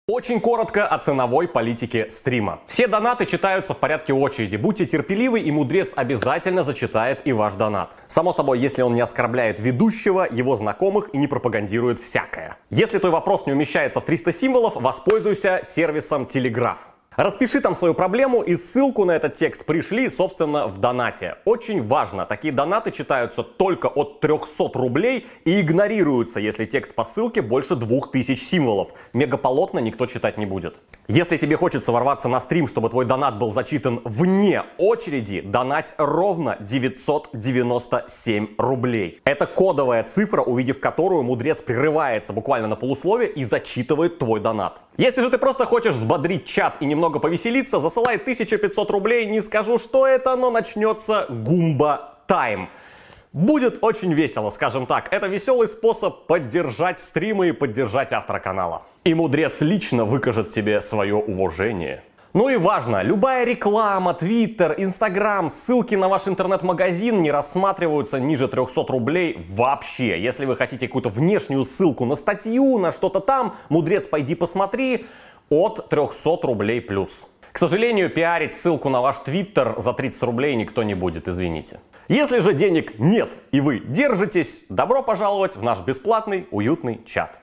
Очень коротко о ценовой политике стрима. Все донаты читаются в порядке очереди. Будьте терпеливы, и мудрец обязательно зачитает и ваш донат. Само собой, если он не оскорбляет ведущего, его знакомых и не пропагандирует всякое. Если твой вопрос не умещается в 300 символов, воспользуйся сервисом Telegraph. Распиши там свою проблему, и ссылку на этот текст пришли, собственно, в донате. Очень важно, такие донаты читаются только от 300 рублей и игнорируются, если текст по ссылке больше 2000 символов. Мегаполотно никто читать не будет. Если тебе хочется ворваться на стрим, чтобы твой донат был зачитан вне очереди, донать ровно 997 рублей. Это кодовая цифра, увидев которую мудрец прерывается буквально на полусловие и зачитывает твой донат. Если же ты просто хочешь взбодрить чат и немного повеселиться, засылай 1500 рублей, не скажу, что это, но начнется Гумба Тайм. Будет очень весело, скажем так. Это веселый способ поддержать стримы и поддержать автора канала. И мудрец лично выкажет тебе свое уважение. Ну и важно, любая реклама, Твиттер, Инстаграм, ссылки на ваш интернет-магазин не рассматриваются ниже 300 рублей вообще. Если вы хотите какую-то внешнюю ссылку на статью, на что-то там, мудрец, пойди посмотри, от 300 рублей плюс. К сожалению, пиарить ссылку на ваш Твиттер за 30 рублей никто не будет, извините. Если же денег нет и вы держитесь, добро пожаловать в наш бесплатный, уютный чат.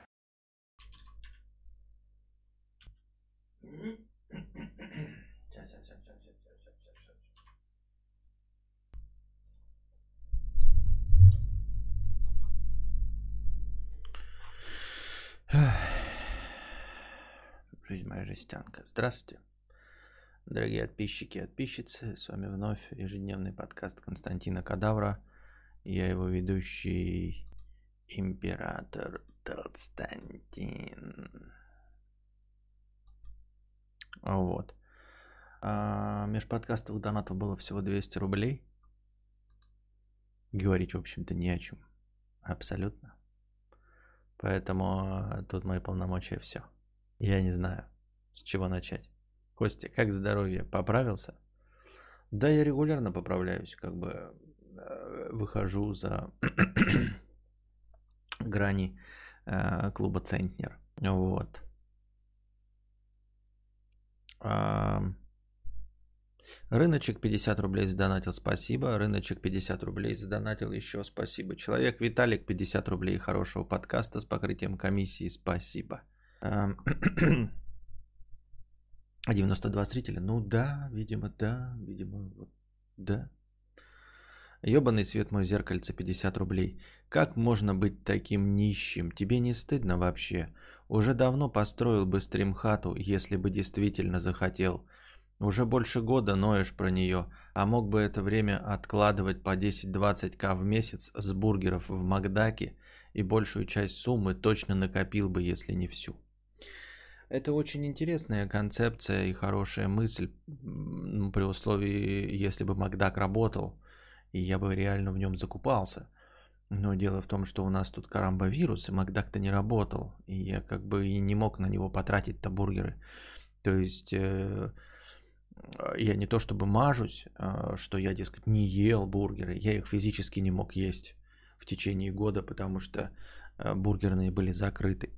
Жизнь моя жестянка. Здравствуйте, дорогие подписчики и подписчицы. С вами вновь ежедневный подкаст Константина Кадавра. Я его ведущий, император Константин. Вот. Межподкастовых донатов было всего 200 рублей. Говорить, в общем-то, не о чем. Абсолютно. Поэтому тут мои полномочия все. Я не знаю, с чего начать. Костя, как здоровье? Поправился? Да, я регулярно поправляюсь, как бы выхожу за грани клуба «Центнер». Вот. Рыночек 50 рублей задонатил, спасибо. Рыночек 50 рублей задонатил, еще спасибо. Человек Виталик 50 рублей хорошего подкаста с покрытием комиссии, спасибо. 92 зрителя. Ну да, видимо, да. Ёбаный свет мой зеркальце 50 рублей. Как можно быть таким нищим? Тебе не стыдно вообще? Уже давно построил бы стримхату, если бы действительно захотел. Уже больше года ноешь про нее, а мог бы это время откладывать по 10-20к в месяц с бургеров в Макдаке, и большую часть суммы точно накопил бы, если не всю. Это очень интересная концепция и хорошая мысль, при условии, если бы Макдак работал, и я бы реально в нем закупался. Но дело в том, что у нас тут карамбовирус, и Макдак-то не работал, и я как бы и не мог на него потратить-то бургеры. То есть я не то чтобы мажусь, что я, дескать, не ел бургеры, я их физически не мог есть в течение года, потому что бургерные были закрыты.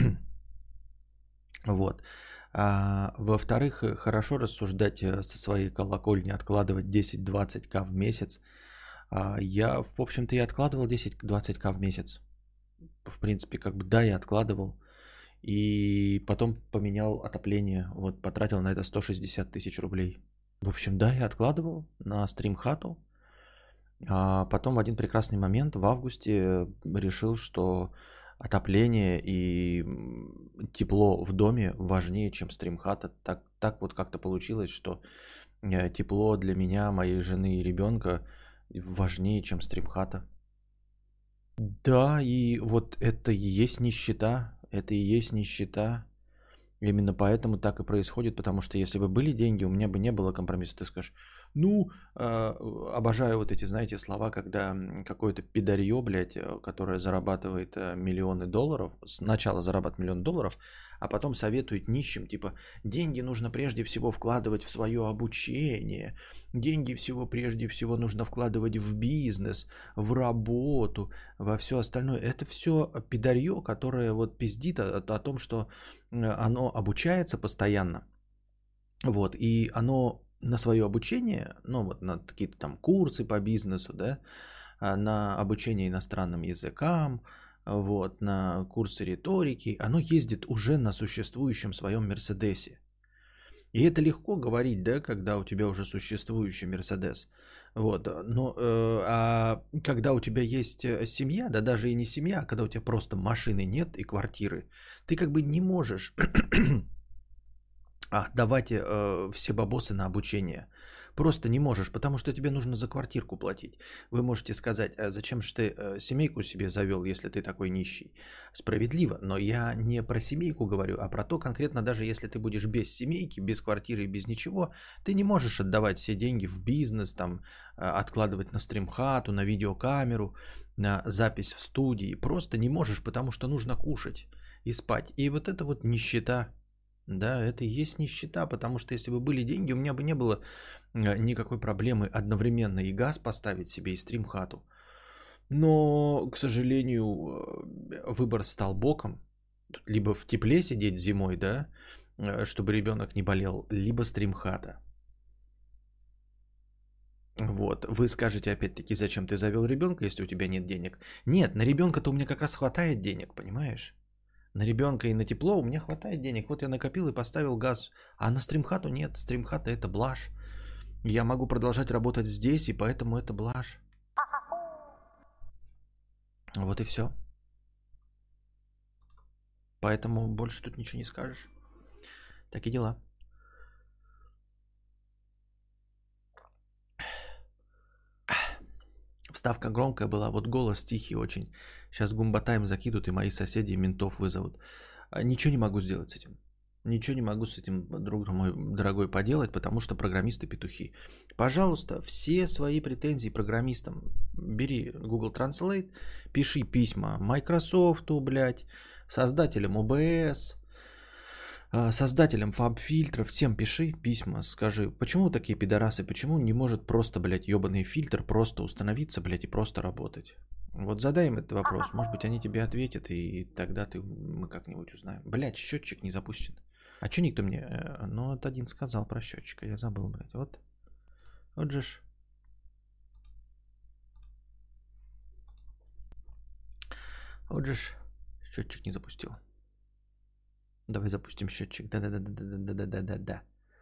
Вот. Во-вторых, хорошо рассуждать со своей колокольни, откладывать 10-20к в месяц. Я, в общем-то, и откладывал 10-20к в месяц. В принципе, как бы да, я откладывал. И потом поменял отопление. Вот, потратил на это 160 тысяч рублей. В общем, да, я откладывал на стримхату. А потом в один прекрасный момент в августе решил, что отопление и тепло в доме важнее, чем стримхата. Так вот как-то получилось, что тепло для меня, моей жены и ребенка важнее, чем стримхата. Да, и вот это и есть нищета. Это и есть нищета. Именно поэтому так и происходит, потому что если бы были деньги, у меня бы не было компромисса. Ты скажешь, Ну, обожаю вот эти, знаете, слова, когда какое-то пидорье, блядь, которое зарабатывает миллионы долларов, сначала зарабатывает миллион долларов, а потом советует нищим, типа, деньги нужно прежде всего вкладывать в свое обучение, деньги прежде всего нужно вкладывать в бизнес, в работу, во все остальное. Это все пидорье, которое вот пиздит о том, что оно обучается постоянно, вот, и оно на свое обучение, ну вот на какие-то там курсы по бизнесу, да, на обучение иностранным языкам, вот, на курсы риторики, оно ездит уже на существующем своем Мерседесе. И это легко говорить, да, когда у тебя уже существующий Мерседес. Вот, но когда у тебя есть семья, да даже и не семья, а когда у тебя просто машины нет и квартиры, ты как бы не можешь давайте все бабосы на обучение. Просто не можешь, потому что тебе нужно за квартирку платить. Вы можете сказать, а зачем же ты семейку себе завел, если ты такой нищий? Справедливо, но я не про семейку говорю, а про то конкретно, даже если ты будешь без семейки, без квартиры и без ничего, ты не можешь отдавать все деньги в бизнес, там, откладывать на стримхату, на видеокамеру, на запись в студии. Просто не можешь, потому что нужно кушать и спать. И вот это вот нищета. Да, это и есть нищета, потому что если бы были деньги, у меня бы не было никакой проблемы одновременно и газ поставить себе, и стримхату. Но, к сожалению, выбор стал боком. Либо в тепле сидеть зимой, да, чтобы ребенок не болел, либо стримхата. Вот, вы скажете опять-таки, зачем ты завел ребенка, если у тебя нет денег? Нет, на ребенка-то у меня как раз хватает денег, понимаешь? На ребенка и на тепло у меня хватает денег. Вот я накопил и поставил газ. А на стримхату нет. Стримхата это блажь. Я могу продолжать работать здесь, и поэтому это блажь. Вот и все. Поэтому больше тут ничего не скажешь. Так и дела. Вставка громкая была, вот голос тихий очень. Сейчас гумбатайм закидут, и мои соседи ментов вызовут. Ничего не могу сделать с этим. Ничего не могу с этим, друг мой дорогой, поделать, потому что программисты петухи. Пожалуйста, все свои претензии программистам бери Google Translate, пиши письма Microsoftу, блядь, создателям OBS, создателям фаб-фильтров, всем пиши письма, скажи, почему такие пидорасы, почему не может просто, блядь, ебаный фильтр просто установиться, блядь, и просто работать. Вот задай им этот вопрос, может быть, они тебе ответят, и тогда мы как-нибудь узнаем. Блядь, счетчик не запущен. А что никто мне... Ну, это один сказал про счетчика, я забыл, блядь. Вот же ж. Вот же ж. Счетчик не запустил. Давай запустим счетчик. Да-да-да-да-да-да-да-да-да.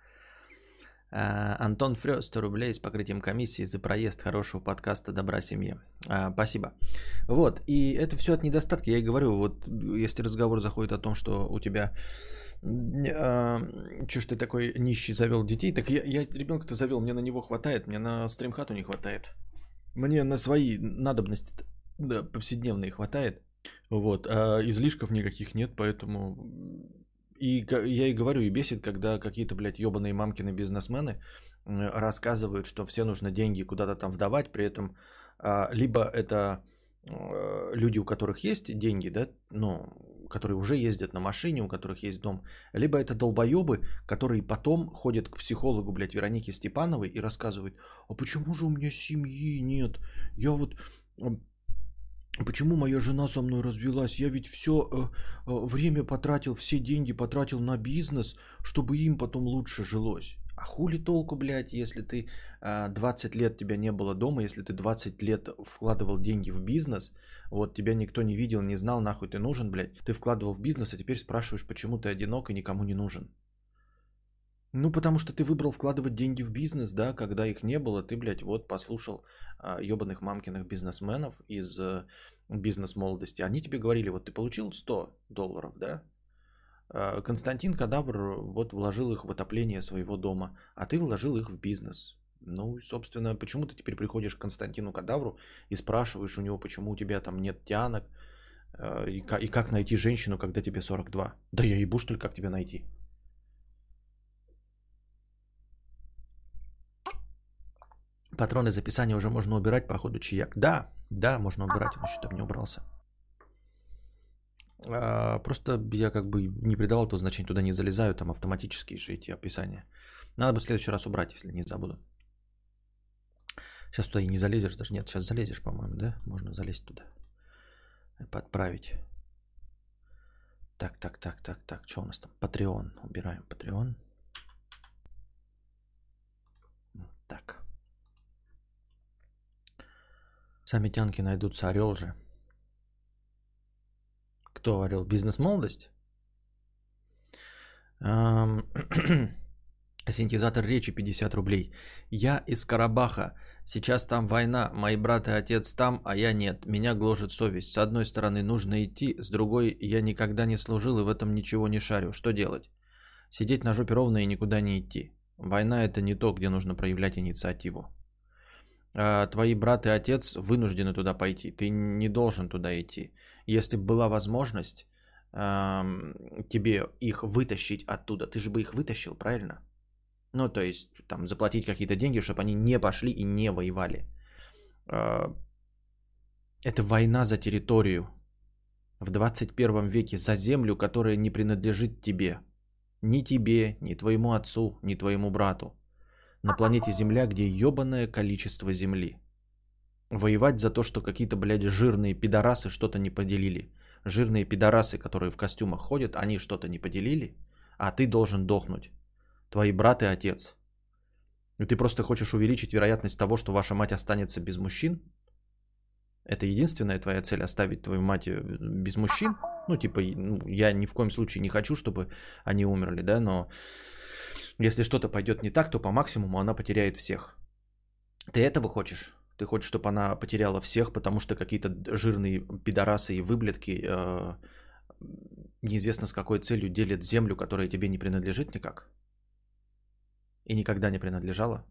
Антон Фрё, 100 рублей с покрытием комиссии за проезд хорошего подкаста «Добра семье». Спасибо. Вот, и это все от недостатка. Я и говорю, вот если разговор заходит о том, что у тебя... Чё ж ты такой нищий завел детей? Так я ребенка-то завел, мне на него хватает, мне на стримхату не хватает. Мне на свои надобности, да, повседневные хватает. Вот, а излишков никаких нет, поэтому... И я и говорю, и бесит, когда какие-то, блядь, ебаные мамкины бизнесмены рассказывают, что все нужно деньги куда-то там вдавать, при этом либо это люди, у которых есть деньги, да, ну, которые уже ездят на машине, у которых есть дом, либо это долбоебы, которые потом ходят к психологу, блядь, Веронике Степановой и рассказывают, а почему же у меня семьи нет? Я вот... Почему моя жена со мной развелась? Я ведь все время потратил, все деньги потратил на бизнес, чтобы им потом лучше жилось. А хули толку, блядь, если ты 20 лет тебя не было дома, если ты 20 лет вкладывал деньги в бизнес, вот тебя никто не видел, не знал, нахуй ты нужен, блядь. Ты вкладывал в бизнес, а теперь спрашиваешь, почему ты одинок и никому не нужен. Ну, потому что ты выбрал вкладывать деньги в бизнес, да, когда их не было, ты, блядь, вот послушал ебаных мамкиных бизнесменов из бизнес-молодости. Они тебе говорили, вот ты получил $100, да, Константин Кадавр вот вложил их в отопление своего дома, а ты вложил их в бизнес. Ну, собственно, почему ты теперь приходишь к Константину Кадавру и спрашиваешь у него, почему у тебя там нет тянок, и как найти женщину, когда тебе 42? Да я ебу, что ли, как тебя найти? Патроны из описания уже можно убирать по ходу чаяк. Да, можно убирать, он еще там не убрался. Просто я как бы не придавал этого значения, туда не залезаю, там автоматически же эти описания. Надо бы в следующий раз убрать, если не забуду. Сейчас туда и не залезешь даже. Нет, сейчас залезешь, по-моему, да? Можно залезть туда. Подправить. Так. Что у нас там? Patreon. Убираем Patreon. Так. Сами тянки найдутся. Орел же. Кто орел? Бизнес-молодость? Синтезатор речи 50 рублей. Я из Карабаха. Сейчас там война. Мои брат и отец там, а я нет. Меня гложет совесть. С одной стороны нужно идти, с другой я никогда не служил и в этом ничего не шарю. Что делать? Сидеть на жопе ровно и никуда не идти. Война это не то, где нужно проявлять инициативу. Твои брат и отец вынуждены туда пойти. Ты не должен туда идти. Если бы была возможность тебе их вытащить оттуда, ты же бы их вытащил, правильно? Ну, то есть, там, заплатить какие-то деньги, чтобы они не пошли и не воевали. Это война за территорию. В 21 веке за землю, которая не принадлежит тебе. Ни тебе, ни твоему отцу, ни твоему брату. На планете Земля, где ебаное количество земли. Воевать за то, что какие-то, блядь, жирные пидорасы что-то не поделили. Жирные пидорасы, которые в костюмах ходят, они что-то не поделили, а ты должен дохнуть. Твои брат и отец. И ты просто хочешь увеличить вероятность того, что ваша мать останется без мужчин? Это единственная твоя цель — оставить твою мать без мужчин? Ну, типа, я ни в коем случае не хочу, чтобы они умерли, да, но если что-то пойдет не так, то по максимуму она потеряет всех. Ты этого хочешь? Ты хочешь, чтобы она потеряла всех, потому что какие-то жирные пидорасы и выблядки неизвестно с какой целью делят землю, которая тебе не принадлежит никак? И никогда не принадлежала?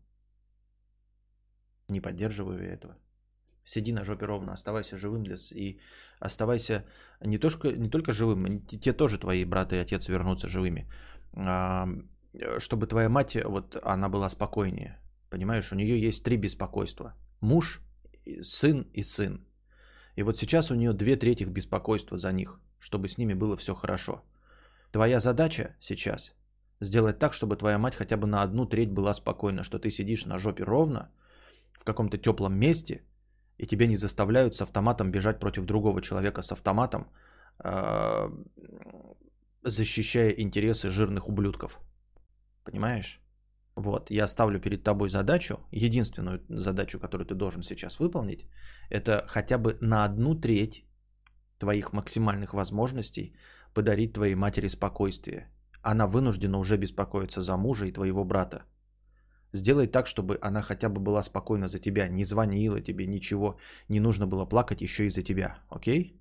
Не поддерживаю я этого. Сиди на жопе ровно, оставайся живым и оставайся не только живым, те тоже твои брат и отец вернутся живыми, чтобы твоя мать, вот она была спокойнее. Понимаешь, у нее есть 3 беспокойства. Муж, сын и сын. И вот сейчас у нее 2/3 беспокойства за них, чтобы с ними было все хорошо. Твоя задача сейчас сделать так, чтобы твоя мать хотя бы на 1/3 была спокойна, что ты сидишь на жопе ровно, в каком-то теплом месте, и тебя не заставляют с автоматом бежать против другого человека с автоматом, защищая интересы жирных ублюдков. Понимаешь? Вот, я ставлю перед тобой задачу, единственную задачу, которую ты должен сейчас выполнить, это хотя бы на 1/3 твоих максимальных возможностей подарить твоей матери спокойствие. Она вынуждена уже беспокоиться за мужа и твоего брата. Сделай так, чтобы она хотя бы была спокойна за тебя, не звонила тебе, ничего, не нужно было плакать еще и за тебя, окей?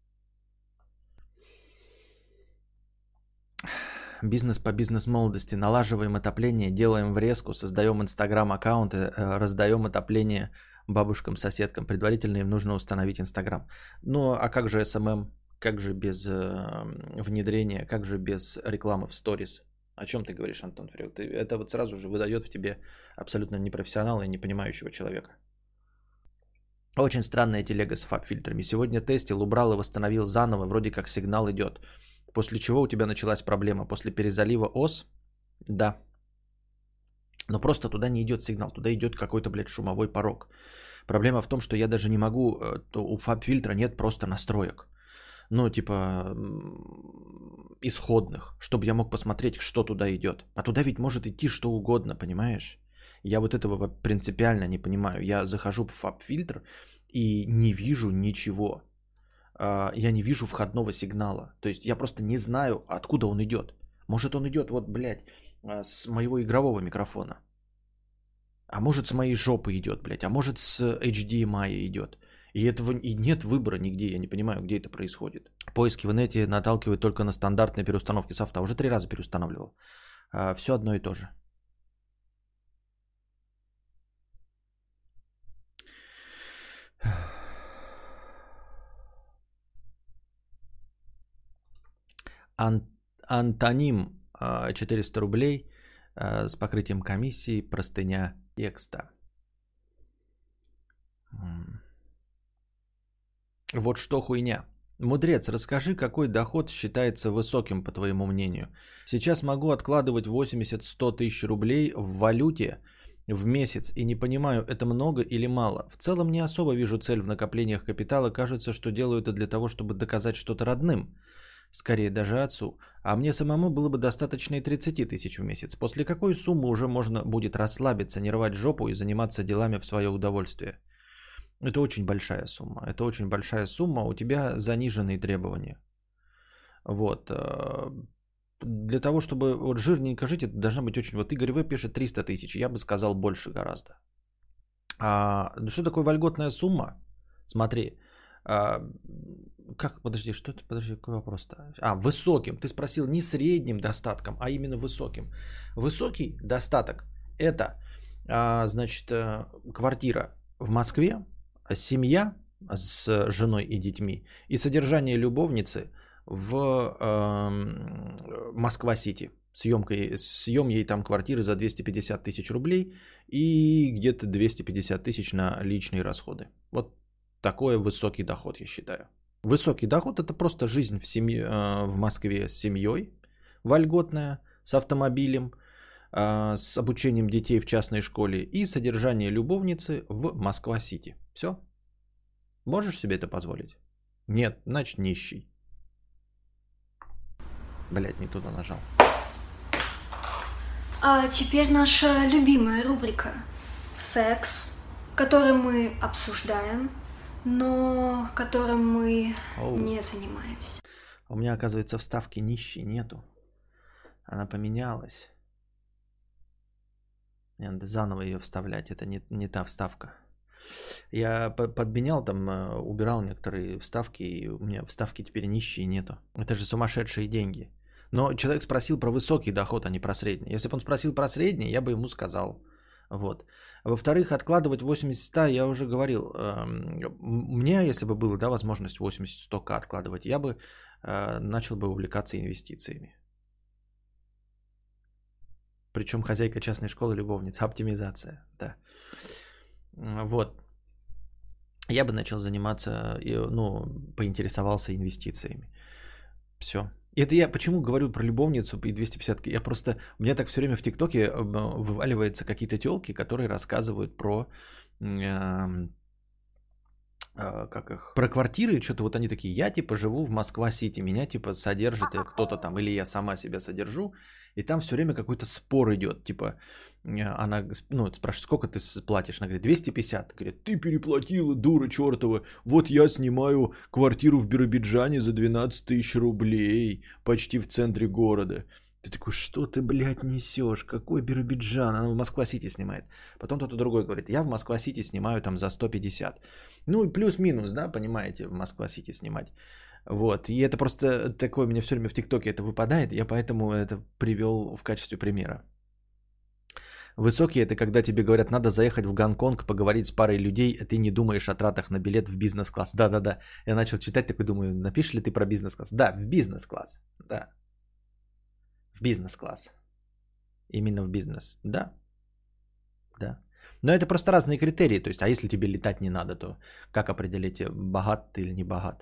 Бизнес по бизнес-молодости. Налаживаем отопление, делаем врезку, создаем инстаграм-аккаунты, раздаем отопление бабушкам, соседкам. Предварительно им нужно установить инстаграм. Ну, а как же СММ? Как же без внедрения? Как же без рекламы в сторис? О чем ты говоришь, Антон Фрёк? Это вот сразу же выдает в тебе абсолютно непрофессионала и непонимающего человека. Очень странная телега с фаб-фильтрами. Сегодня тестил, убрал и восстановил заново. Вроде как сигнал идет. После чего у тебя началась проблема? После перезалива ОС? Да. Но просто туда не идет сигнал. Туда идет какой-то, блядь, шумовой порог. Проблема в том, что я даже не могу... У фаб-фильтра нет просто настроек. Ну, типа, исходных. Чтобы я мог посмотреть, что туда идет. А туда ведь может идти что угодно, понимаешь? Я вот этого принципиально не понимаю. Я захожу в фаб-фильтр и не вижу ничего. Я не вижу входного сигнала. То есть я просто не знаю, откуда он идет. Может он идет, вот, блядь, с моего игрового микрофона. А может с моей жопы идет, блядь. А может с HDMI идет. И этого и нет выбора нигде. Я не понимаю, где это происходит. Поиски в инете наталкивают только на стандартные переустановки софта. Уже 3 раза переустанавливал. Все одно и то же. Антоним 400 рублей с покрытием комиссии, простыня текста. Вот что хуйня. Мудрец, расскажи, какой доход считается высоким, по твоему мнению? Сейчас могу откладывать 80-100 тысяч рублей в валюте в месяц и не понимаю, это много или мало. В целом не особо вижу цель в накоплениях капитала. Кажется, что делаю это для того, чтобы доказать что-то родным. Скорее даже отцу. А мне самому было бы достаточно и 30 тысяч в месяц. После какой суммы уже можно будет расслабиться, не рвать жопу и заниматься делами в свое удовольствие? Это очень большая сумма. Это очень большая сумма. У тебя заниженные требования. Вот. Для того, чтобы вот жирненько жить, это должно быть очень... Вот Игорь В. пишет 300 тысяч. Я бы сказал больше гораздо. Что такое вольготная сумма? Смотри. Как? Подожди, что это? Подожди, какой вопрос-то? Высоким. Ты спросил не средним достатком, а именно высоким. Высокий достаток – это, значит, квартира в Москве, семья с женой и детьми и содержание любовницы в Москва-Сити. Съем ей там квартиры за 250 тысяч рублей и где-то 250 тысяч на личные расходы. Вот такой высокий доход, я считаю. Высокий доход – это просто жизнь в Москве с семьей, вольготная, с автомобилем, с обучением детей в частной школе и содержание любовницы в Москва-Сити. Все? Можешь себе это позволить? Нет, значит нищий. Блять, не туда нажал. А теперь наша любимая рубрика «Секс», который мы обсуждаем, но которым мы не занимаемся. У меня, оказывается, вставки нищий нету. Она поменялась. Мне надо заново ее вставлять. Это не та вставка. Я подменял там, убирал некоторые вставки, и у меня вставки теперь нищие нету. Это же сумасшедшие деньги. Но человек спросил про высокий доход, а не про средний. Если бы он спросил про средний, я бы ему сказал. Вот. Во-вторых, откладывать 80-100, я уже говорил. У меня, если бы была, да, возможность 80-100к откладывать, я бы начал бы увлекаться инвестициями. Причем хозяйка частной школы, любовница, оптимизация, да. Вот. Я бы начал заниматься, поинтересовался инвестициями. Все. Это я почему говорю про любовницу и 250? Я просто, у меня так все время в ТикТоке вываливаются какие-то телки, которые рассказывают про, про квартиры, что-то вот они такие, я типа живу в Москва-Сити, меня типа содержит кто-то там, или я сама себя содержу, и там все время какой-то спор идет, типа, она, спрашивает, сколько ты платишь? Она говорит, 250. Говорит, ты переплатила, дура чертова. Вот я снимаю квартиру в Биробиджане за 12 тысяч рублей, почти в центре города. Ты такой, что ты, блядь, несешь? Какой Биробиджан? Она в Москва-Сити снимает. Потом кто-то другой говорит, я в Москва-Сити снимаю там за 150. Ну и плюс-минус, да, понимаете, в Москва-Сити снимать. Вот, и это просто такое, у меня все время в ТикТоке это выпадает, я поэтому это привел в качестве примера. Высокие – это когда тебе говорят, надо заехать в Гонконг, поговорить с парой людей, а ты не думаешь о тратах на билет в бизнес-класс. Да-да-да, я начал читать, такой думаю, напишешь ли ты про бизнес-класс? Да, в бизнес-класс, да. В бизнес-класс. Именно в бизнес, да. Да. Но это просто разные критерии, то есть, а если тебе летать не надо, то как определить, богат ты или не богат?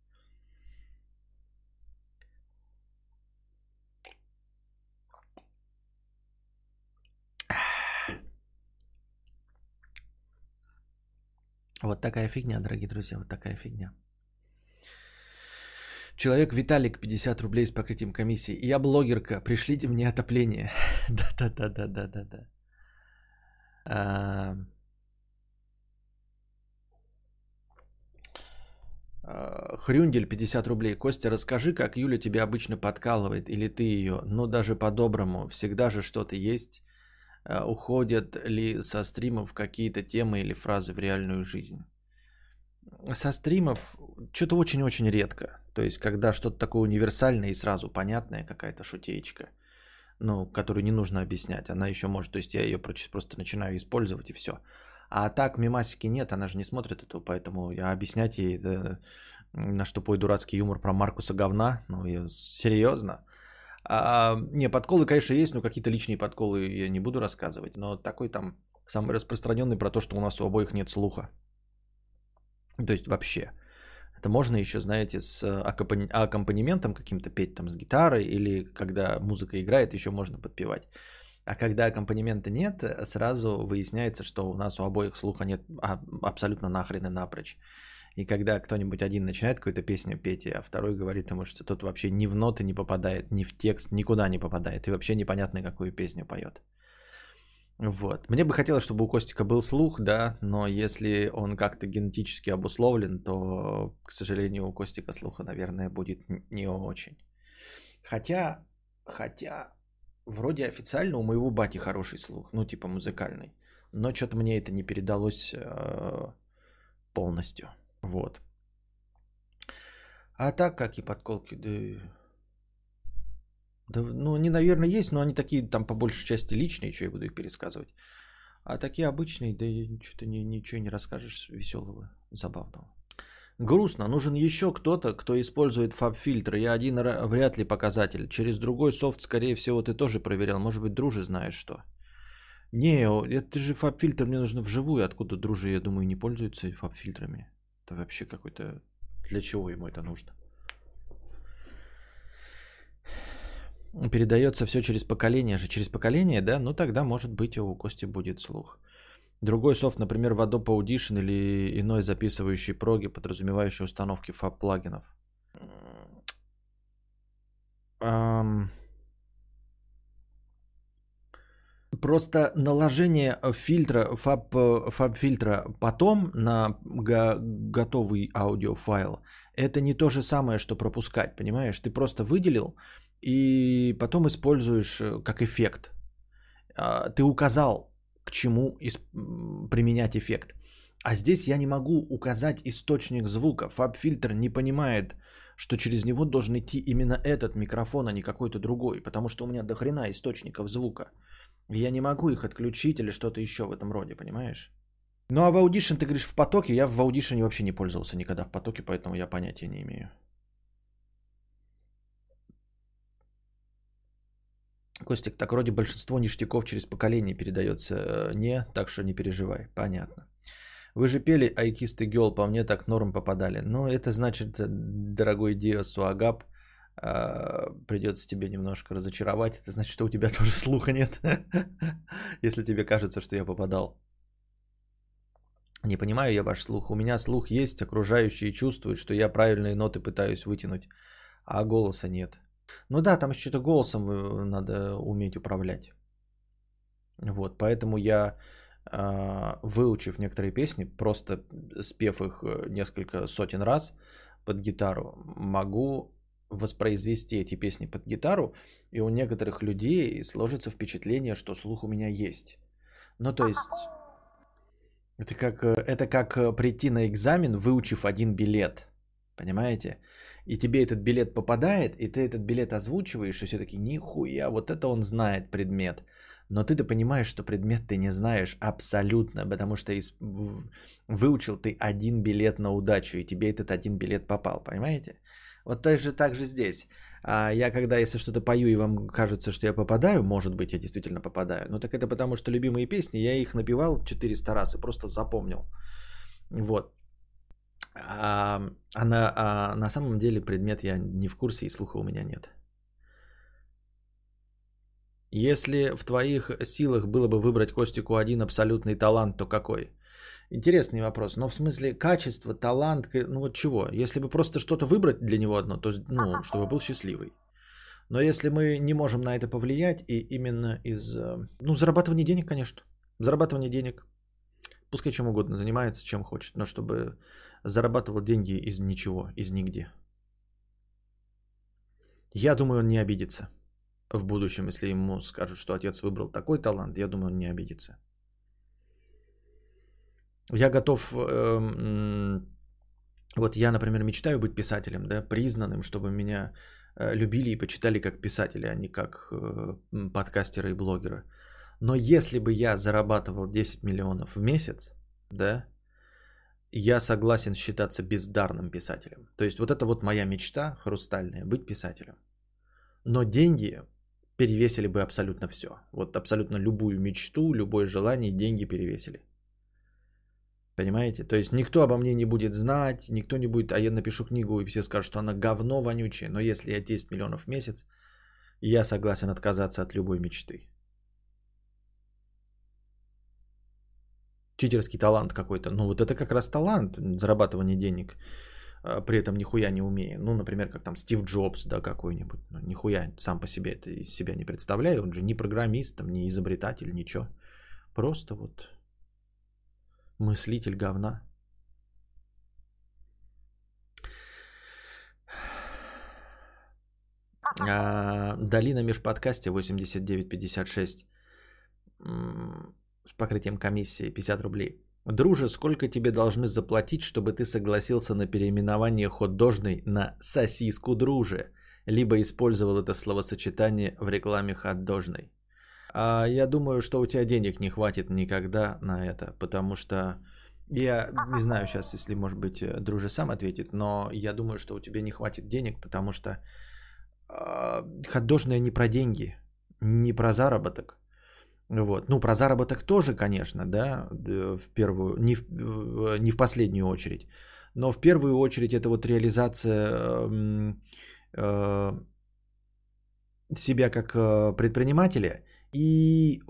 Вот такая фигня, дорогие друзья, вот такая фигня. Человек Виталик, 50 рублей с покрытием комиссии. Я блогерка, пришлите мне отопление. Да-да-да-да-да-да. Хрюндель, 50 рублей. Костя, расскажи, как Юля тебя обычно подкалывает, или ты ее, но даже по-доброму, всегда же что-то есть. Уходят ли со стримов какие-то темы или фразы в реальную жизнь? Со стримов что-то очень-очень редко. То есть, когда что-то такое универсальное и сразу понятное, какая-то шутеечка, которую не нужно объяснять, она еще может, то есть я ее просто начинаю использовать и все. А так мемасики нет, она же не смотрит этого, поэтому я объяснять ей, на что пой дурацкий юмор про Маркуса говна, серьезно. Не, подколы, конечно, есть, но какие-то личные подколы я не буду рассказывать. Но такой там самый распространенный про то, что у нас у обоих нет слуха. То есть вообще. Это можно еще, знаете, с аккомпанементом каким-то петь там с гитарой, или когда музыка играет, еще можно подпевать. А когда аккомпанемента нет, сразу выясняется, что у нас у обоих слуха нет абсолютно нахрен и напрочь. И когда кто-нибудь один начинает какую-то песню петь, а второй говорит ему, что тот вообще ни в ноты не попадает, ни в текст, никуда не попадает, и вообще непонятно, какую песню поет. Вот. Мне бы хотелось, чтобы у Костика был слух, да, но если он как-то генетически обусловлен, то, к сожалению, у Костика слуха, наверное, будет не очень. Хотя, вроде официально у моего бати хороший слух, ну, типа музыкальный. Но что-то мне это не передалось полностью. Вот. А так, как и подколки, да, ну, они, наверное, есть, но они такие там по большей части личные, что я буду их пересказывать. А такие обычные, да что-то ничего не расскажешь веселого, забавного. Грустно. Нужен еще кто-то, кто использует фаб-фильтры. Я один вряд ли показатель. Через другой софт, скорее всего, ты тоже проверял. Может быть, друже знаешь что. Не, это же фаб-фильтр мне нужно вживую. Откуда друже, я думаю, не пользуется фаб-фильтрами. Это вообще какой-то... Для чего ему это нужно? Передается все через поколение же. Через поколение, да? Ну тогда, может быть, у Кости будет слух. Другой софт, например, Adobe Audition или иной записывающий проги, подразумевающий установки фаб-плагинов. Просто наложение фильтра, фаб-фильтра потом на готовый аудиофайл, это не то же самое, что пропускать, понимаешь? Ты просто выделил и потом используешь как эффект. Ты указал, к чему применять эффект. А здесь я не могу указать источник звука. Фаб-фильтр не понимает, что через него должен идти именно этот микрофон, а не какой-то другой. Потому что у меня до хрена источников звука. И я не могу их отключить или что-то еще в этом роде, понимаешь? Ну а в Audition ты говоришь в потоке. Я в Audition вообще не пользовался никогда в потоке, поэтому я понятия не имею. Костик, так вроде большинство ништяков через поколение передается. Не, так что не переживай. Понятно. Вы же пели I Kissed a Girl, по мне так норм попадали. Ну, это значит, дорогой Дио Суагап, придется тебе немножко разочаровать. Это значит, что у тебя тоже слуха нет. Если тебе кажется, что я попадал. Не понимаю я ваш слух. У меня слух есть, окружающие чувствуют, что я правильные ноты пытаюсь вытянуть, а голоса нет. Ну да, там еще что-то голосом надо уметь управлять. Вот, поэтому я, выучив некоторые песни, просто спев их несколько сотен раз под гитару, могу воспроизвести эти песни под гитару, и у некоторых людей сложится впечатление, что слух у меня есть. Ну, то есть, это как прийти на экзамен, выучив один билет. Понимаете? И тебе этот билет попадает, и ты этот билет озвучиваешь, и все таки нихуя, вот это он знает предмет. Но ты-то понимаешь, что предмет ты не знаешь абсолютно, потому что выучил ты один билет на удачу, и тебе этот один билет попал, понимаете? Вот так же здесь. Я когда, если что-то пою, и вам кажется, что я попадаю, может быть, я действительно попадаю, но так это потому, что любимые песни, я их напевал 400 раз и просто запомнил. Вот. На самом деле предмет я не в курсе, и слуха у меня нет. Если в твоих силах было бы выбрать Костику один абсолютный талант, то какой? Интересный вопрос. Но в смысле качество, талант, ну вот чего? Если бы просто что-то выбрать для него одно, то, ну, чтобы был счастливый. Но если мы не можем на это повлиять, и именно из, ну, зарабатывания денег, конечно. Зарабатывание денег. Пускай чем угодно занимается, чем хочет, но чтобы зарабатывал деньги из ничего, из нигде. Я думаю, он не обидится в будущем, если ему скажут, что отец выбрал такой талант. Я думаю, он не обидится. Я готов... вот я, например, мечтаю быть писателем, да, признанным, чтобы меня любили и почитали как писателя, а не как подкастера и блогера. Но если бы я зарабатывал 10 миллионов в месяц, да, я согласен считаться бездарным писателем. То есть вот это вот моя мечта хрустальная, быть писателем. Но деньги перевесили бы абсолютно все. Вот абсолютно любую мечту, любое желание, деньги перевесили. Понимаете? То есть никто обо мне не будет знать, никто не будет, а я напишу книгу, и все скажут, что она говно вонючее. Но если я 10 миллионов в месяц, я согласен отказаться от любой мечты. Читерский талант какой-то. Ну вот это как раз талант, зарабатывание денег, при этом нихуя не умея. Ну, например, как там Стив Джобс, да, какой-нибудь. Ну, нихуя сам по себе это из себя не представляю. Он же не программист, там, не изобретатель, ничего. Просто вот мыслитель говна. Долина межподкасте 89,56 с покрытием комиссии 50 рублей. Друже, сколько тебе должны заплатить, чтобы ты согласился на переименование хот-дожной на сосиску друже, либо использовал это словосочетание в рекламе хот-дожной? Я думаю, что у тебя денег не хватит никогда на это, потому что я не знаю сейчас, если, может быть, друже сам ответит, но я думаю, что у тебя не хватит денег, потому что хот-дожная не про деньги, не про заработок. Вот. Ну, про заработок тоже, конечно, да, в первую, не в последнюю очередь. Но в первую очередь это вот реализация себя как предпринимателя и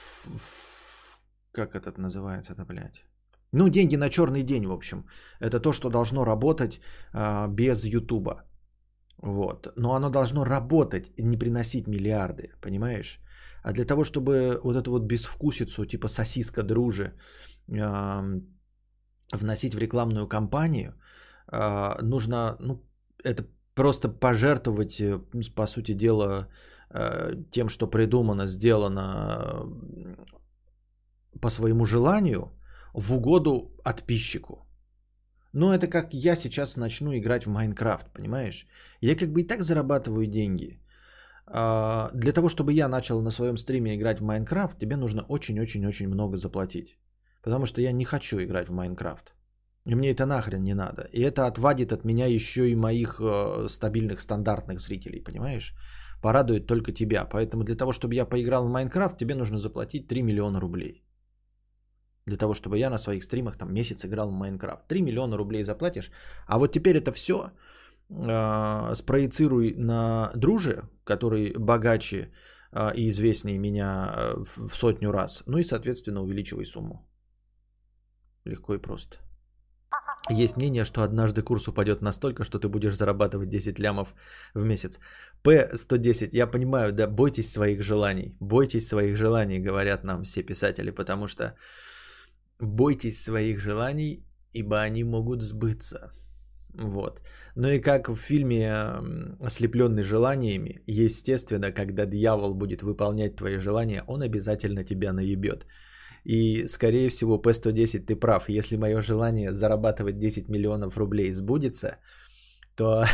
как это называется-то, блядь? Ну, деньги на черный день, в общем. Это то, что должно работать без Ютуба. Вот. Но оно должно работать и не приносить миллиарды, понимаешь? А для того, чтобы вот эту вот безвкусицу, типа сосиска друже, вносить в рекламную кампанию, нужно, ну, это просто пожертвовать, по сути дела, тем, что придумано, сделано по своему желанию, в угоду подписчику. Но это как я сейчас начну играть в Майнкрафт, понимаешь? Я как бы и так зарабатываю деньги. Для того, чтобы я начал на своем стриме играть в Майнкрафт, тебе нужно очень-очень-очень много заплатить. Потому что я не хочу играть в Майнкрафт. И мне это нахрен не надо. И это отвадит от меня еще и моих стабильных стандартных зрителей, понимаешь? Порадует только тебя. Поэтому для того, чтобы я поиграл в Майнкрафт, тебе нужно заплатить 3 миллиона рублей. Для того, чтобы я на своих стримах там месяц играл в Майнкрафт. 3 миллиона рублей заплатишь. А вот теперь это все спроецируй на друже, который богаче и известнее меня в 100 раз. Ну и, соответственно, увеличивай сумму. Легко и просто. Есть мнение, что однажды курс упадет настолько, что ты будешь зарабатывать 10 лямов в месяц. P110, я понимаю, да, бойтесь своих желаний. Бойтесь своих желаний, говорят нам все писатели, потому что бойтесь своих желаний, ибо они могут сбыться. Вот. Ну и как в фильме «Ослепленный желаниями», естественно, когда дьявол будет выполнять твои желания, он обязательно тебя наебет. И, скорее всего, P110 ты прав. Если мое желание зарабатывать 10 миллионов рублей сбудется, то,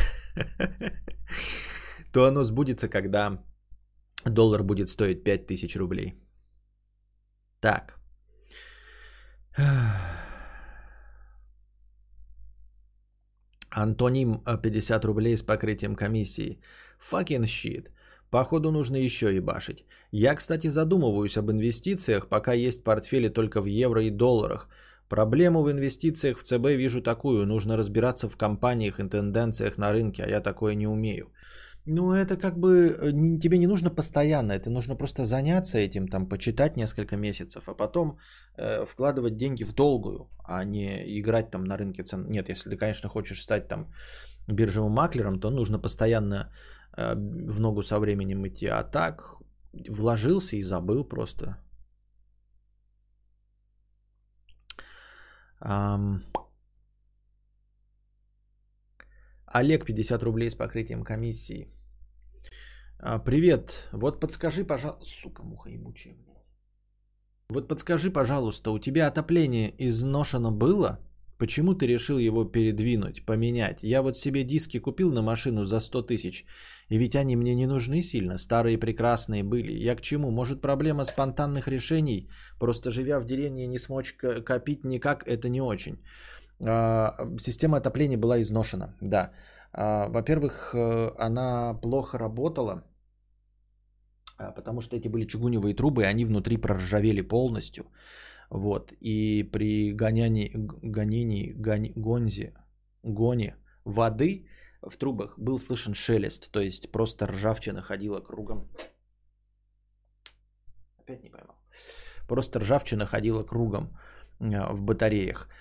то оно сбудется, когда доллар будет стоить 5000 рублей. Так. Антоним 50 рублей с покрытием комиссии. Fucking shit. Походу нужно еще ебашить. Я, кстати, задумываюсь об инвестициях, пока есть портфели только в евро и долларах. Проблему в инвестициях в ЦБ вижу такую. Нужно разбираться в компаниях и тенденциях на рынке, а я такое не умею. Ну, это как бы тебе не нужно постоянно, это нужно просто заняться этим, там, почитать несколько месяцев, а потом вкладывать деньги в долгую, а не играть там на рынке цен. Нет, если ты, конечно, хочешь стать там биржевым маклером, то нужно постоянно в ногу со временем идти, а так вложился и забыл просто. Олег, 50 рублей с покрытием комиссии. Привет, вот подскажи, пожалуйста... Сука, муха ебучая. Вот подскажи, пожалуйста, у тебя отопление изношено было? Почему ты решил его передвинуть, поменять? Я вот себе диски купил на машину за 100 тысяч, и ведь они мне не нужны сильно, старые прекрасные были. Я к чему? Может, проблема спонтанных решений? Просто живя в деревне не смочь копить никак, это не очень. Система отопления была изношена, да. Во-первых, она плохо работала, потому что эти были чугуневые трубы, и они внутри проржавели полностью. Вот. И при гоне воды в трубах был слышен шелест. То есть просто ржавчина ходила кругом. Опять не поймал. Просто ржавчина ходила кругом в батареях.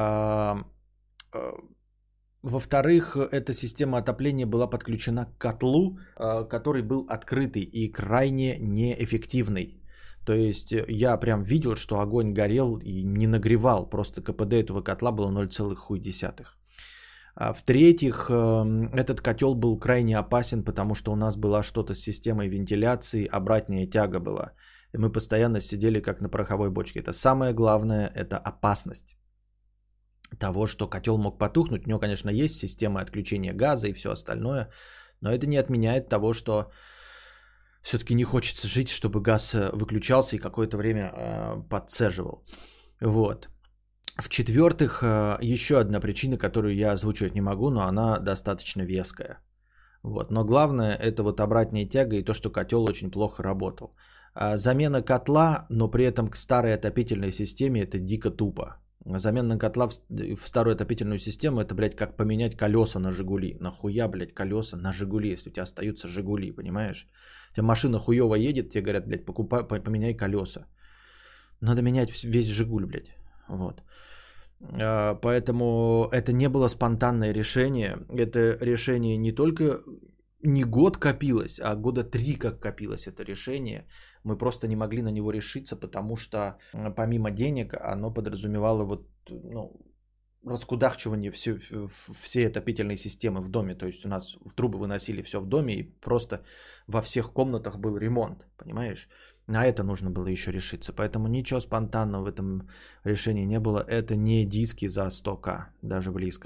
Во-вторых, эта система отопления была подключена к котлу, который был открытый и крайне неэффективный. То есть я прям видел, что огонь горел и не нагревал. Просто КПД этого котла было 0,1. В-третьих, этот котел был крайне опасен, потому что у нас была что-то с системой вентиляции, обратная тяга была. И мы постоянно сидели как на пороховой бочке. Это самое главное, это опасность того, что котел мог потухнуть. У него, конечно, есть система отключения газа и все остальное, но это не отменяет того, что все-таки не хочется жить, чтобы газ выключался и какое-то время подцеживал. Вот. В-четвертых, еще одна причина, которую я озвучивать не могу, но она достаточно веская. Вот. Но главное, это вот обратная тяга и то, что котел очень плохо работал. Замена котла, но при этом к старой отопительной системе, это дико тупо. Замена котла в старую отопительную систему, это, блядь, как поменять колеса на Жигули. Нахуя, блядь, колеса на Жигули, если у тебя остаются Жигули, понимаешь? У тебя машина хуево едет, тебе говорят, блядь, поменяй колеса. Надо менять весь Жигуль, блядь. Вот. Поэтому это не было спонтанное решение. Это решение не только не год копилось, а года 3 как копилось это решение. Мы просто не могли на него решиться, потому что помимо денег оно подразумевало вот, раскудахчивание всей отопительной системы в доме. То есть у нас в трубы выносили все в доме и просто во всех комнатах был ремонт, понимаешь? На это нужно было еще решиться. Поэтому ничего спонтанного в этом решении не было. Это не диски за 100к, даже близко.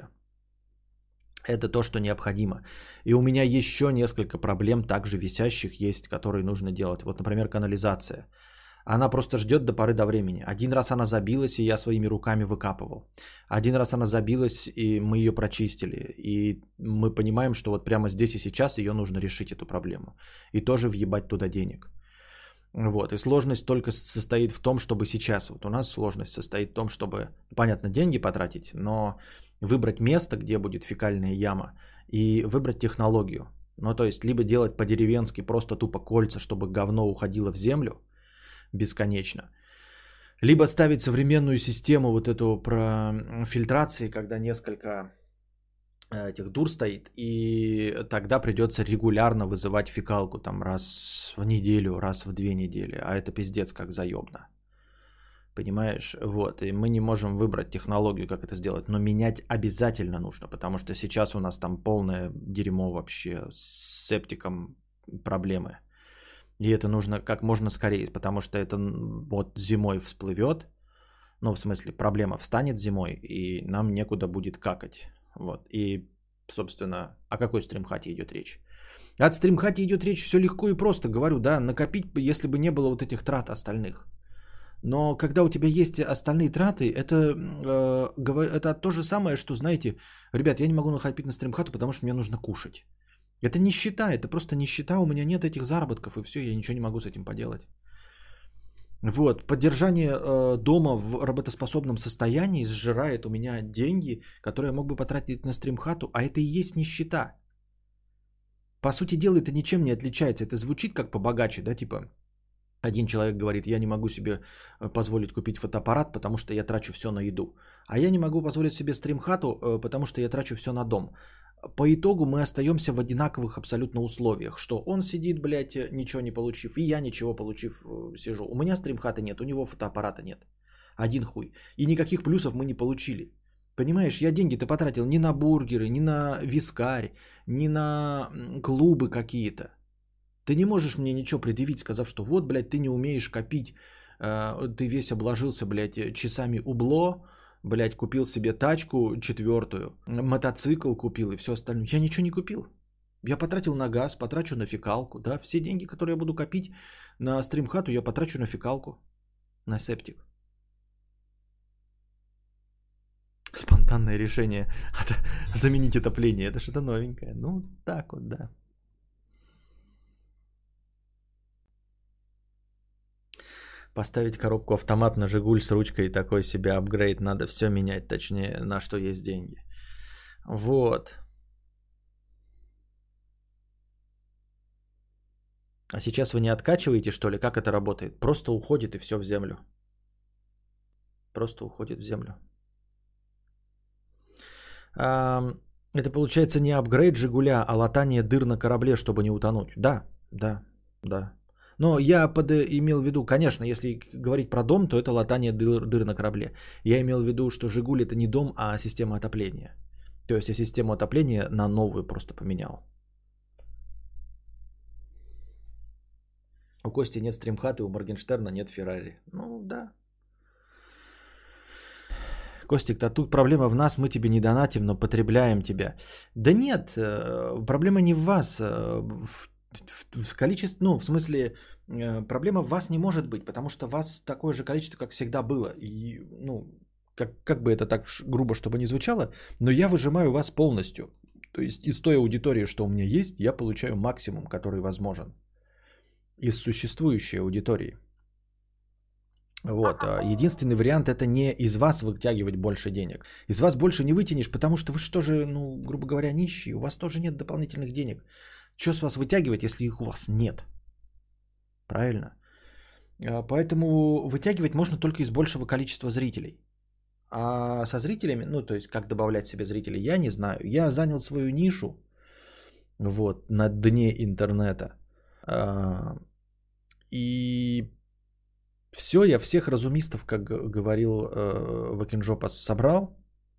Это то, что необходимо. И у меня еще несколько проблем также висящих есть, которые нужно делать. Вот, например, канализация. Она просто ждет до поры до времени. Один раз она забилась, и я своими руками выкапывал. Один раз она забилась, и мы ее прочистили. И мы понимаем, что вот прямо здесь и сейчас ее нужно решить, эту проблему. И тоже въебать туда денег. Вот. И сложность только состоит в том, чтобы сейчас, вот у нас сложность состоит в том, чтобы, понятно, деньги потратить, но выбрать место, где будет фекальная яма, и выбрать технологию. Ну, то есть, либо делать по-деревенски просто тупо кольца, чтобы говно уходило в землю бесконечно, либо ставить современную систему вот эту про фильтрации, когда несколько этих дур стоит, и тогда придется регулярно вызывать фекалку там раз в неделю, раз в 2 недели, а это пиздец как заебно. Понимаешь? Вот. И мы не можем выбрать технологию, как это сделать. Но менять обязательно нужно, потому что сейчас у нас там полное дерьмо вообще с септиком проблемы. И это нужно как можно скорее, потому что это вот зимой всплывет. Ну, в смысле, проблема встанет зимой, и нам некуда будет какать. Вот. И, собственно, о какой стримхате идет речь? От стримхате идет речь все легко и просто. Говорю, да, накопить, если бы не было вот этих трат остальных. Но когда у тебя есть остальные траты, это то же самое, что, знаете, ребят, я не могу накопить на стримхату, потому что мне нужно кушать. Это нищета, это просто нищета, у меня нет этих заработков, и все, я ничего не могу с этим поделать. Вот, поддержание дома в работоспособном состоянии сжирает у меня деньги, которые я мог бы потратить на стримхату, а это и есть нищета. По сути дела, это ничем не отличается, это звучит как побогаче, да, типа... Один человек говорит, я не могу себе позволить купить фотоаппарат, потому что я трачу все на еду. А я не могу позволить себе стримхату, потому что я трачу все на дом. По итогу мы остаемся в одинаковых абсолютно условиях. Что он сидит, блядь, ничего не получив, и я ничего получив сижу. У меня стримхаты нет, у него фотоаппарата нет. Один хуй. И никаких плюсов мы не получили. Понимаешь, я деньги-то потратил не на бургеры, не на вискарь, не на клубы какие-то. Ты не можешь мне ничего предъявить, сказав, что вот, блядь, ты не умеешь копить, ты весь обложился, блядь, часами убло, блядь, купил себе тачку 4, мотоцикл купил и все остальное. Я ничего не купил. Я потратил на газ, потрачу на фекалку, да, все деньги, которые я буду копить на стримхату, я потрачу на фекалку, на септик. Спонтанное решение заменить отопление, это что-то новенькое. Ну, так вот, да. Поставить коробку автомат на Жигуль с ручкой, такой себе апгрейд. Надо все менять, точнее, на что есть деньги. Вот. А сейчас вы не откачиваете, что ли? Как это работает? Просто уходит и все в землю. Просто уходит в землю. Это получается не апгрейд Жигуля, а латание дыр на корабле, чтобы не утонуть. Да, да, да. Но я имел в виду, конечно, если говорить про дом, то это латание дыр на корабле. Я имел в виду, что Жигуль это не дом, а система отопления. То есть я систему отопления на новую просто поменял. У Кости нет стримхаты, у Моргенштерна нет Феррари. Ну да. Костик, да тут проблема в нас, мы тебе не донатим, но потребляем тебя. Да нет, проблема не в вас, в количестве, ну в смысле, проблема в вас не может быть, потому что вас такое же количество, как всегда было. И, ну, как бы это так грубо, чтобы не звучало, но я выжимаю вас полностью. То есть из той аудитории, что у меня есть, я получаю максимум, который возможен. Из существующей аудитории. Вот. Единственный вариант это не из вас вытягивать больше денег. Из вас больше не вытянешь, потому что вы что же, ну, грубо говоря, нищие. У вас тоже нет дополнительных денег. Что с вас вытягивать, если их у вас нет? Правильно? Поэтому вытягивать можно только из большего количества зрителей. А со зрителями, ну, то есть, как добавлять себе зрителей, я не знаю. Я занял свою нишу, вот, на дне интернета. И все, я всех разумистов, как говорил Вакинжопас, собрал.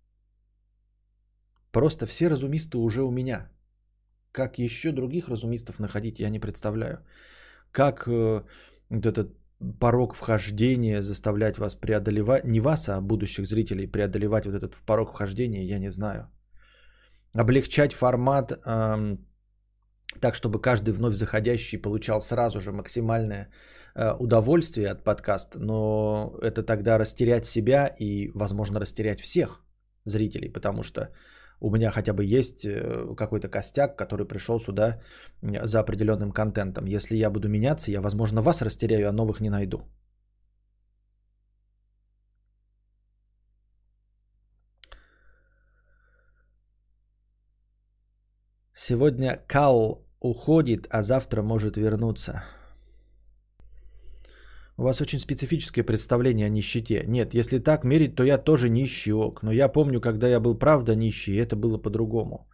Просто все разумисты уже у меня. Как еще других разумистов находить, я не представляю. Как вот этот порог вхождения заставлять вас преодолевать, не вас, а будущих зрителей преодолевать вот этот порог вхождения, я не знаю. Облегчать формат так, чтобы каждый вновь заходящий получал сразу же максимальное удовольствие от подкаста, но это тогда растерять себя и, возможно, растерять всех зрителей, потому что у меня хотя бы есть какой-то костяк, который пришел сюда за определенным контентом. Если я буду меняться, я, возможно, вас растеряю, а новых не найду. Сегодня Кал уходит, а завтра может вернуться. У вас очень специфическое представление о нищете. Нет, если так мерить, то я тоже нищек. Но я помню, когда я был правда нищий, это было по-другому.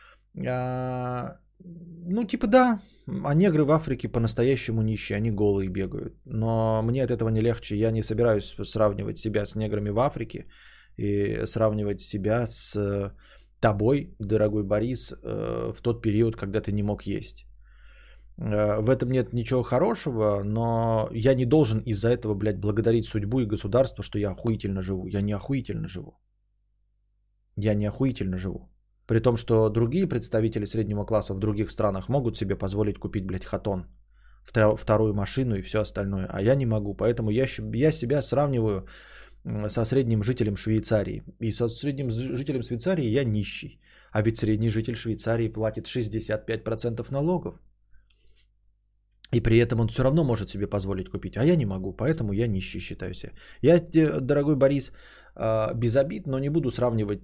Ну, типа да, а негры в Африке по-настоящему нищие, они голые бегают. Но мне от этого не легче. Я не собираюсь сравнивать себя с неграми в Африке и сравнивать себя с тобой, дорогой Борис, в тот период, когда ты не мог есть. В этом нет ничего хорошего, но я не должен из-за этого, блядь, благодарить судьбу и государство, что я охуительно живу. Я не охуительно живу. Я не охуительно живу. При том, что другие представители среднего класса в других странах могут себе позволить купить, блядь, хатон, вторую машину и все остальное. А я не могу. Поэтому я себя сравниваю со средним жителем Швейцарии. И со средним жителем Швейцарии я нищий. А ведь средний житель Швейцарии платит 65% налогов. И при этом он все равно может себе позволить купить. А я не могу, поэтому я нищий считаю себя. Я, дорогой Борис, без обид, но не буду сравнивать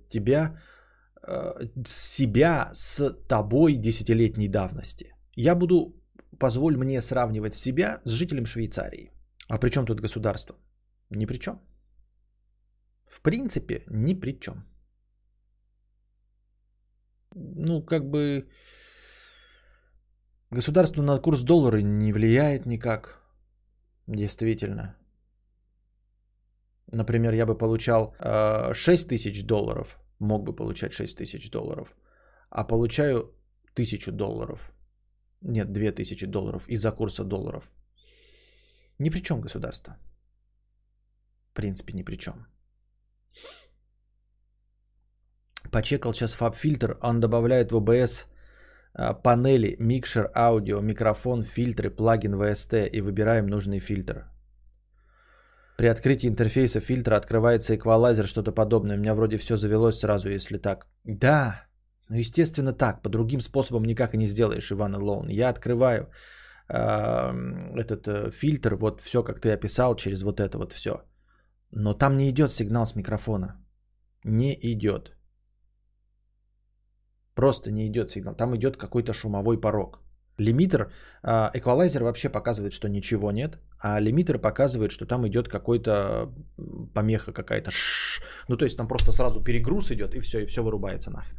себя с тобой десятилетней давности. Я буду, позволь мне сравнивать себя с жителем Швейцарии. А при чем тут государство? Ни при чем. В принципе, ни при чем. Ну, как бы... Государство на курс доллара не влияет никак. Действительно. Например, я бы получал 6 тысяч долларов. Мог бы получать 6 тысяч долларов. А получаю 1000 долларов. Нет, 2000 долларов из-за курса долларов. Ни при чем государство. В принципе, ни при чем. Почекал сейчас фаб-фильтр. Он добавляет в OBS панели, микшер, аудио, микрофон, фильтры, плагин VST и выбираем нужный фильтр. При открытии интерфейса фильтра открывается эквалайзер, что-то подобное. У меня вроде все завелось сразу, если так. Да, ну естественно так. По другим способам никак и не сделаешь, Иван Лоун. Я открываю этот фильтр, вот все, как ты описал, через вот это вот все. Но там не идет сигнал с микрофона. Не идет. Просто не идет сигнал. Там идет какой-то шумовой порог. Лимитер, эквалайзер вообще показывает, что ничего нет, а лимитер показывает, что там идет какой-то помеха какая-то. Ну, то есть там просто сразу перегруз идет, и все вырубается нахрен.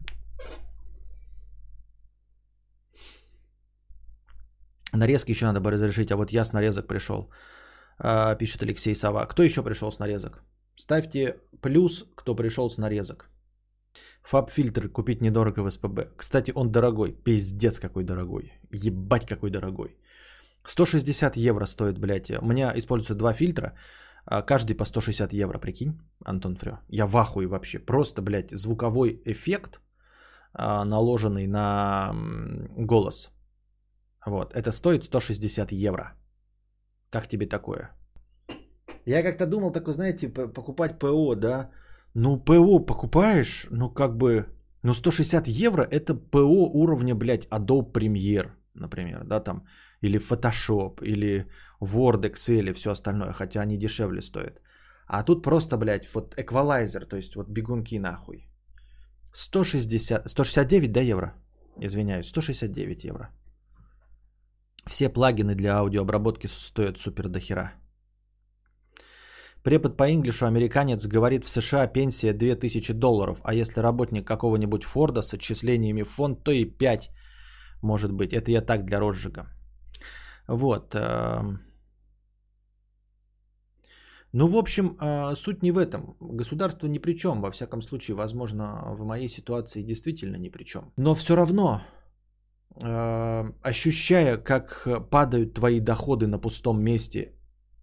Нарезки еще надо бы разрешить, а вот я с нарезок пришел, пишет Алексей Сова. Кто еще пришел с нарезок? Ставьте плюс, кто пришел с нарезок. Фаб-фильтр купить недорого в СПБ. Кстати, он дорогой. Пиздец какой дорогой. Ебать какой дорогой. 160 евро стоит, блядь. У меня используются два фильтра. Каждый по 160 евро, прикинь, Антон Фрё. Я в ахуе вообще. Просто, блядь, звуковой эффект, наложенный на голос. Вот. Это стоит 160 евро. Как тебе такое? Я как-то думал, такой, знаете, покупать ПО, да? Ну, ПО покупаешь, ну, как бы, ну, 160 евро это ПО уровня, блядь, Adobe Premiere, например, да, там, или Photoshop, или Word, Excel и все остальное, хотя они дешевле стоят. А тут просто, блядь, вот эквалайзер, то есть вот бегунки нахуй. 169, да, евро? Извиняюсь, 169 евро. Все плагины для аудиообработки стоят супер дохера. Препод по инглишу американец говорит, в США пенсия $2000, а если работник какого-нибудь Форда с отчислениями в фонд, то и 5 может быть. Это я так для розжига. Вот. Ну, в общем, суть не в этом. Государство ни при чем. Во всяком случае, возможно, в моей ситуации действительно ни при чем. Но все равно, ощущая, как падают твои доходы на пустом месте.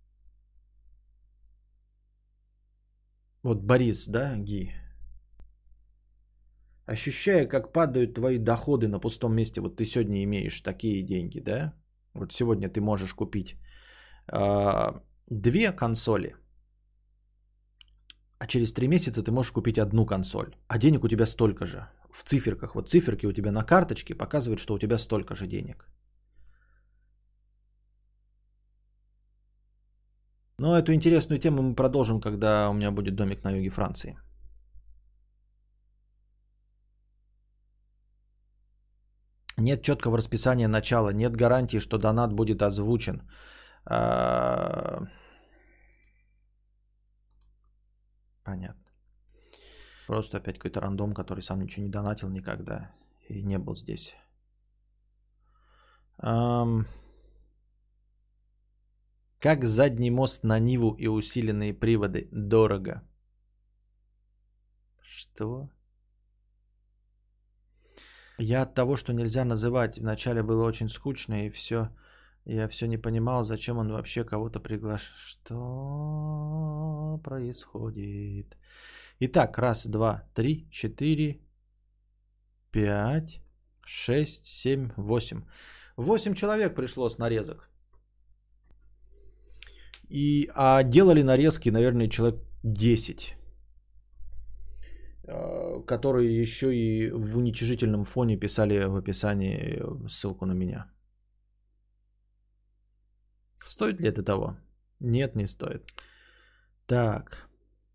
Вот Борис, да, Ги? Ощущая, как падают твои доходы на пустом месте, вот ты сегодня имеешь такие деньги, да? Вот сегодня ты можешь купить 2 консоли, а через 3 месяца ты можешь купить 1 консоль, а денег у тебя столько же. В циферках, вот циферки у тебя на карточке показывают, что у тебя столько же денег. Но эту интересную тему мы продолжим, когда у меня будет домик на юге Франции. Нет четкого расписания начала, нет гарантии, что донат будет озвучен. Понятно. Просто опять какой-то рандом, который сам ничего не донатил никогда и не был здесь. Как задний мост на Ниву и усиленные приводы? Дорого. Что? Я от того, что нельзя называть. Вначале было очень скучно и все. Я все не понимал, зачем он вообще кого-то приглашает. Что происходит? Итак, 1, 2, 3, 4, 5, 6, 7, 8. 8 человек пришло с нарезок. А делали нарезки, наверное, человек 10. Которые еще и в уничижительном фоне писали в описании ссылку на меня. Стоит ли это того? Нет, не стоит. Так.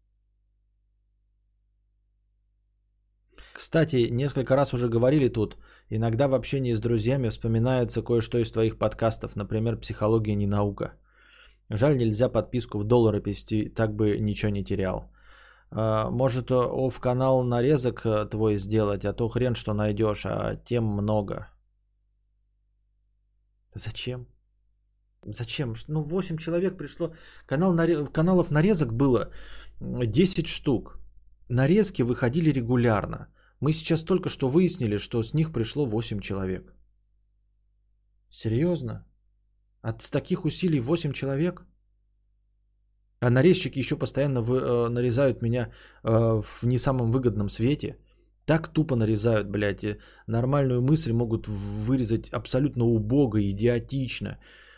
Кстати, несколько раз уже говорили тут, иногда в общении с друзьями вспоминается кое-что из твоих подкастов, например, «Психология не наука». Жаль, нельзя подписку в доллары перевести, так бы ничего не терял. Может, в канал нарезок твой сделать, а то хрен что найдешь, а тем много. Зачем? Зачем? Ну, 8 человек пришло. Каналов нарезок было 10 штук. Нарезки выходили регулярно. Мы сейчас только что выяснили, что с них пришло 8 человек. Серьезно? С таких усилий 8 человек? А нарезчики еще постоянно нарезают меня в не самом выгодном свете. Так тупо нарезают, блядь. И нормальную мысль могут вырезать абсолютно убого, идиотично.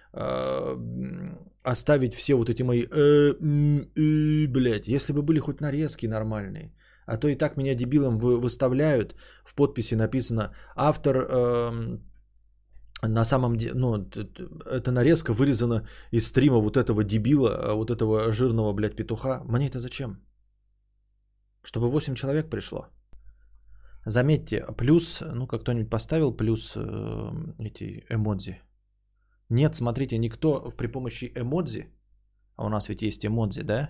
Оставить все вот эти мои блядь. Если бы были хоть нарезки нормальные. А то и так меня дебилом выставляют. В подписи написано автор на самом деле, ну, эта нарезка вырезана из стрима вот этого дебила, вот этого жирного, блядь, петуха. Мне это зачем? Чтобы 8 человек пришло. Заметьте, плюс, ну, как кто-нибудь поставил плюс эти эмодзи. Нет, смотрите, никто при помощи эмодзи, а у нас ведь есть эмодзи, да?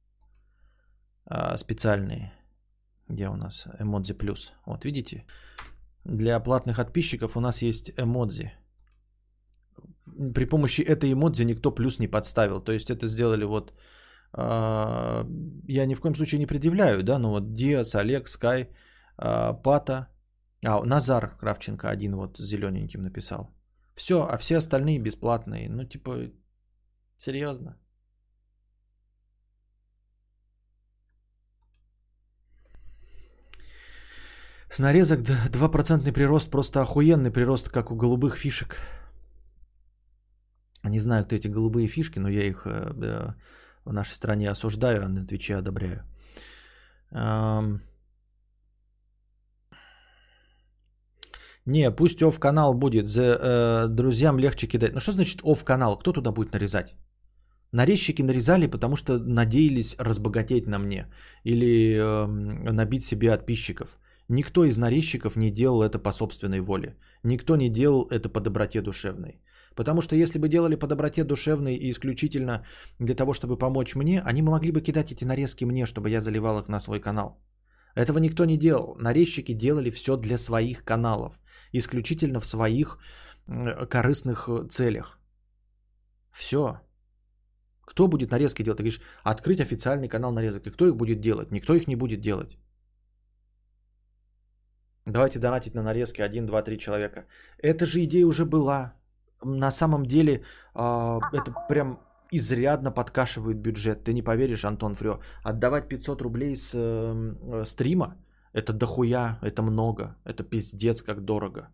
Специальные. Где у нас эмодзи плюс? Вот, видите? Для платных подписчиков у нас есть эмодзи. При помощи этой эмодзи никто плюс не подставил. То есть это сделали вот... я ни в коем случае не предъявляю, да? Но вот Диас, Олег, Скай, Пата. Назар Кравченко один вот с зелененьким написал. Все, а все остальные бесплатные. Ну, типа, серьезно. С нарезок 2% прирост, просто охуенный прирост, как у голубых фишек. Не знаю, кто эти голубые фишки, но я их в нашей стране осуждаю, а на Твиче одобряю. Не, пусть офф-канал будет, друзьям легче кидать. Ну что значит офф-канал? Кто туда будет нарезать? Нарезчики нарезали, потому что надеялись разбогатеть на мне или набить себе подписчиков. Никто из нарезчиков не делал это по собственной воле. Никто не делал это по доброте душевной. Потому что если бы делали по доброте душевной и исключительно для того, чтобы помочь мне, они могли бы кидать эти нарезки мне, чтобы я заливал их на свой канал. Этого никто не делал. Нарезчики делали все для своих каналов. Исключительно в своих корыстных целях. Все. Кто будет нарезки делать? Ты говоришь, открыть официальный канал нарезок. И кто их будет делать? Никто их не будет делать. Давайте донатить на нарезки 1, 2, 3 человека. Эта же идея уже была. На самом деле это прям изрядно подкашивает бюджет. Ты не поверишь, Антон Фрё. Отдавать 500 рублей с стрима, это дохуя, это много. Это пиздец как дорого.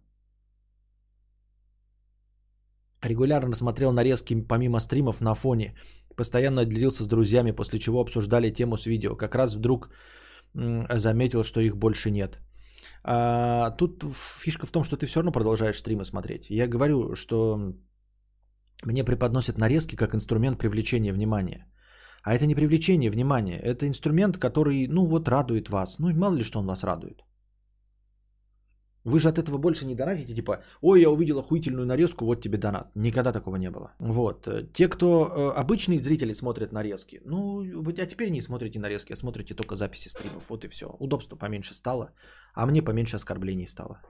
Регулярно смотрел нарезки помимо стримов на фоне. Постоянно делился с друзьями, после чего обсуждали тему с видео. Как раз вдруг заметил, что их больше нет. Тут фишка в том, что ты все равно продолжаешь стримы смотреть. Я говорю, что мне преподносят нарезки как инструмент привлечения внимания. А это не привлечение внимания. Это инструмент, который, ну вот, радует вас. Ну, мало ли, что он вас радует. Вы же от этого больше не донатите, типа, ой, я увидел охуительную нарезку, вот тебе донат. Никогда такого не было. Вот. Те, кто обычные зрители смотрят нарезки, ну, а теперь не смотрите нарезки, а смотрите только записи стримов. Вот и все. Удобства поменьше стало, а мне поменьше оскорблений стало.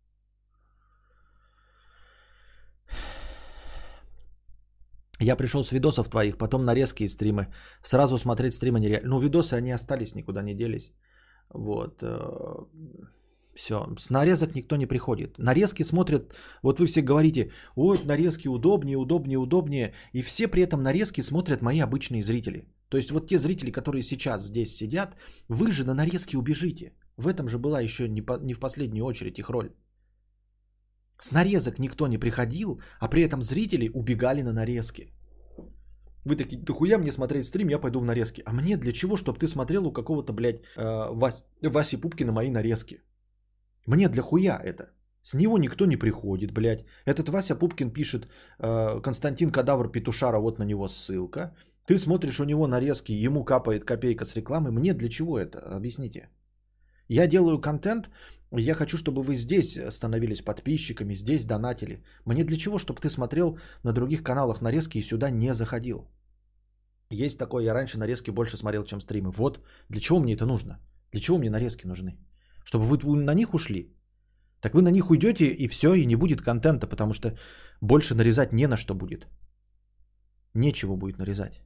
Я пришел с видосов твоих, потом нарезки и стримы. Сразу смотреть стримы нереально. Ну, видосы, они остались, никуда не делись. Вот. Все, с нарезок никто не приходит. Нарезки смотрят, вот вы все говорите, ой, нарезки удобнее, удобнее, удобнее. И все при этом нарезки смотрят мои обычные зрители. То есть вот те зрители, которые сейчас здесь сидят, вы же на нарезки убежите. В этом же была еще не в последнюю очередь их роль. С нарезок никто не приходил, а при этом зрители убегали на нарезки. Вы такие, да хуя мне смотреть стрим, я пойду в нарезки. А мне для чего, чтобы ты смотрел у какого-то, блядь, Васи Пупкина мои нарезки? Мне для хуя это? С него никто не приходит, блядь. Этот Вася Пупкин пишет, Константин Кадавр Петушара, вот на него ссылка. Ты смотришь у него нарезки, ему капает копейка с рекламы. Мне для чего это? Объясните. Я делаю контент, я хочу, чтобы вы здесь становились подписчиками, здесь донатили. Мне для чего, чтобы ты смотрел на других каналах нарезки и сюда не заходил? Есть такое, я раньше нарезки больше смотрел, чем стримы. Вот для чего мне это нужно? Для чего мне нарезки нужны? Чтобы вы на них ушли? Так вы на них уйдете и все, и не будет контента, потому что больше нарезать не на что будет. Нечего будет нарезать.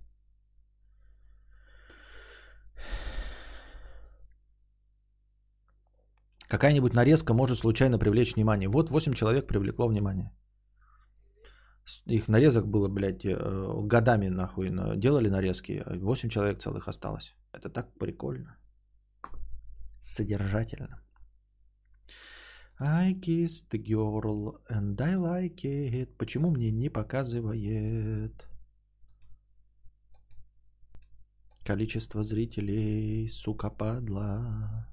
Какая-нибудь нарезка может случайно привлечь внимание. Вот 8 человек привлекло внимание. Их нарезок было, блядь, годами нахуй делали нарезки. 8 человек целых осталось. Это так прикольно. Содержательно. I kissed the girl and I like it. Почему мне не показывает количество зрителей, сука падла?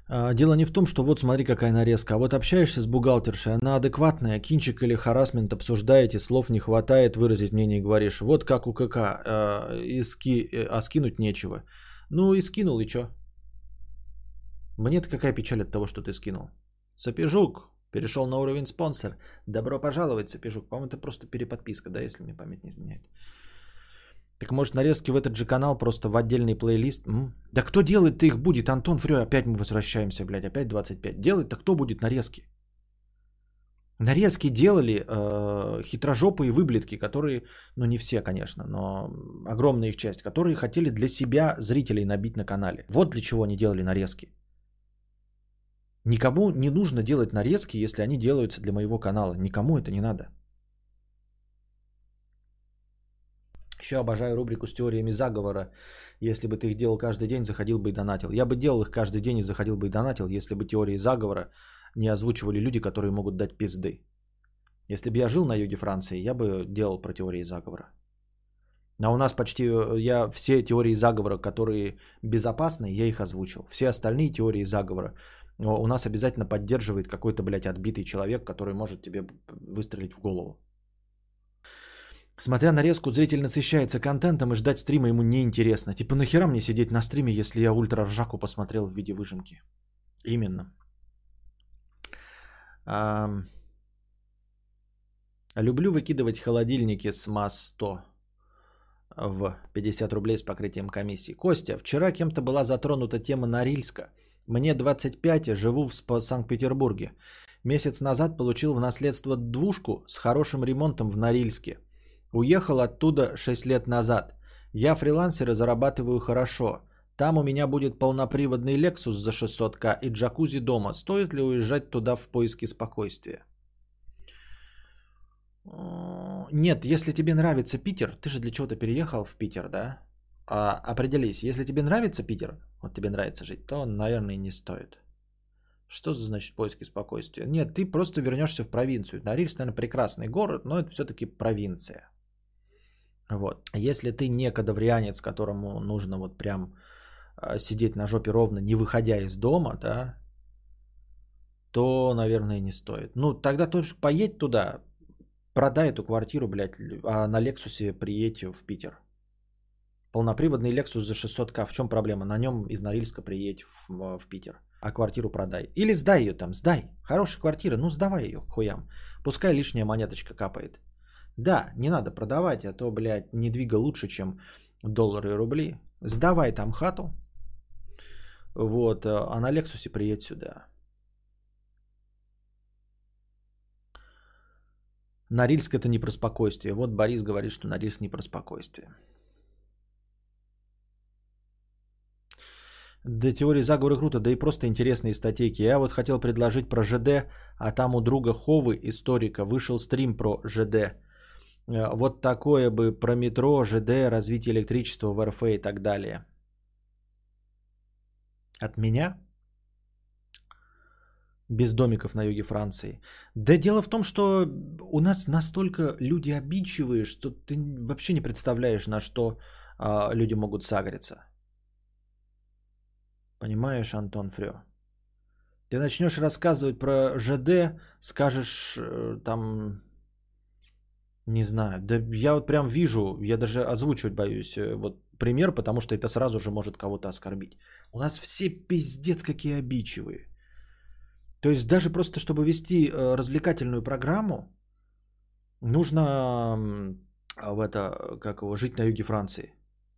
Дело не в том, что вот смотри, какая нарезка. А вот общаешься с бухгалтершей, она адекватная, кинчик или харассмент обсуждаете, слов не хватает, выразить мнение говоришь. Вот как у КК, а скинуть нечего. Ну и скинул, и чё? Мне-то какая печаль от того, что ты скинул? Сапежук перешел на уровень спонсор. Добро пожаловать, Сапежук. По-моему, это просто переподписка, да, если мне память не изменяет. Так может нарезки в этот же канал просто в отдельный плейлист? Да кто делает-то их будет? Антон Фрё, опять мы возвращаемся, блядь, опять 25. Делает-то кто будет нарезки? Нарезки делали хитрожопые выблядки, которые, ну не все, конечно, но огромная их часть, которые хотели для себя зрителей набить на канале. Вот для чего они делали нарезки. Никому не нужно делать нарезки, если они делаются для моего канала. Никому это не надо. Еще обожаю рубрику с теориями заговора. Если бы ты их делал каждый день, заходил бы и донатил. Я бы делал их каждый день и заходил бы и донатил, если бы теории заговора не озвучивали люди, которые могут дать пизды. Если бы я жил на юге Франции, я бы делал про теории заговора. А у нас почти я все теории заговора, которые безопасны, я их озвучил. Все остальные теории заговора у нас обязательно поддерживает какой-то, блядь, отбитый человек, который может тебе выстрелить в голову. Смотря нарезку, зритель насыщается контентом и ждать стрима ему неинтересно. Типа нахера мне сидеть на стриме, если я ультра ржаку посмотрел в виде выжимки? Именно. Люблю выкидывать холодильники с МАЗ-100 в 50 рублей с покрытием комиссии. Костя, вчера кем-то была затронута тема Норильска. Мне 25, живу в Санкт-Петербурге. Месяц назад получил в наследство двушку с хорошим ремонтом в Норильске. Уехал оттуда 6 лет назад. Я фрилансер и зарабатываю хорошо. Там у меня будет полноприводный Lexus за 600к и джакузи дома. Стоит ли уезжать туда в поиске спокойствия? Нет, если тебе нравится Питер, ты же для чего-то переехал в Питер, да? Определись, если тебе нравится Питер, вот тебе нравится жить, то, наверное, не стоит. Что за значит поиски спокойствия? Нет, ты просто вернешься в провинцию. Норильск, наверное, прекрасный город, но это все-таки провинция. Вот. Если ты не кадаврианец, которому нужно вот прям сидеть на жопе ровно, не выходя из дома, да, то, наверное, не стоит. Ну, тогда тоже поедь туда, продай эту квартиру, блядь, а на Лексусе приедь в Питер. Полноприводный Lexus за 600к. В чем проблема? На нем из Норильска приедь в Питер. А квартиру продай. Или сдай ее там, сдай. Хорошая квартира, ну сдавай ее к хуям. Пускай лишняя монеточка капает. Да, не надо продавать, а то, блядь, не двига лучше, чем доллары и рубли. Сдавай там хату. Вот, а на Лексусе приедь сюда. Норильск это не про спокойствие. Вот Борис говорит, что Норильск не про спокойствие. Да, теории заговора круто, да и просто интересные статейки. Я вот хотел предложить про ЖД, а там у друга Ховы, историка, вышел стрим про ЖД. Вот такое бы про метро, ЖД, развитие электричества в РФ и так далее. От меня? Без домиков на юге Франции. Да дело в том, что у нас настолько люди обидчивые, что ты вообще не представляешь, на что люди могут сагриться. Понимаешь, Антон Фрё? Ты начнешь рассказывать про ЖД, скажешь там, не знаю, да я вот прям вижу, я даже озвучивать боюсь вот пример, потому что это сразу же может кого-то оскорбить. У нас все пиздец какие обидчивые. То есть даже просто, чтобы вести развлекательную программу, нужно жить на юге Франции.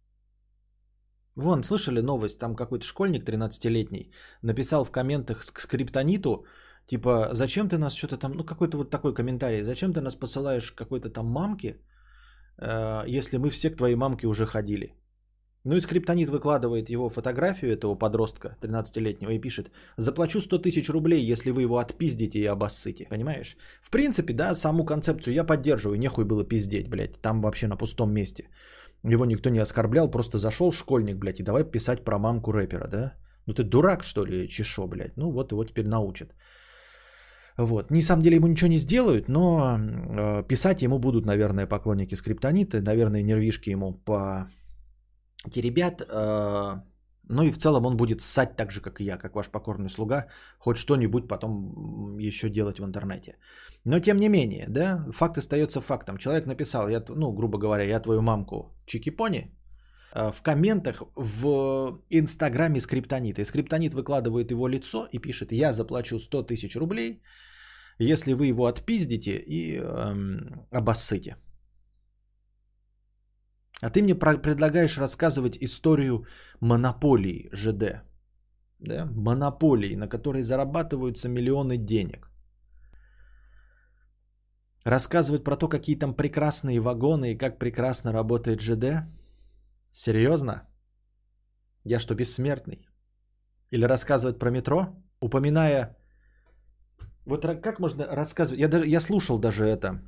Вон, слышали новость, там какой-то школьник 13-летний написал в комментах к скриптониту, типа, зачем ты нас что-то там, ну какой-то вот такой комментарий, зачем ты нас посылаешь какой-то там мамке, если мы все к твоей мамке уже ходили. Ну и скриптонит выкладывает его фотографию этого подростка 13-летнего и пишет, заплачу 100 000 рублей, если вы его отпиздите и обоссыте, понимаешь? В принципе, да, саму концепцию я поддерживаю, нехуй было пиздеть, блядь, там вообще на пустом месте. Его никто не оскорблял, просто зашел школьник, блядь, и давай писать про мамку рэпера, да? Ну ты дурак, что ли, чешо, блядь? Ну вот его теперь научат. Вот. На самом деле ему ничего не сделают, но писать ему будут, наверное, поклонники скриптонита, наверное, нервишки ему потеребят. Ну и в целом он будет ссать так же, как и я, как ваш покорный слуга, хоть что-нибудь потом еще делать в интернете. Но тем не менее, да, факт остается фактом. Человек написал, грубо говоря, я твою мамку Чики-Пони, в комментах в инстаграме Скриптонита. И Скриптонит выкладывает его лицо и пишет, я заплачу 100 тысяч рублей, если вы его отпиздите и обоссыте. А ты мне предлагаешь рассказывать историю монополии ЖД. Да? Монополии, на которой зарабатываются миллионы денег. Рассказывать про то, какие там прекрасные вагоны и как прекрасно работает ЖД. Серьезно? Я что, бессмертный? Или рассказывать про метро, упоминая... Вот как можно рассказывать? Я слушал даже это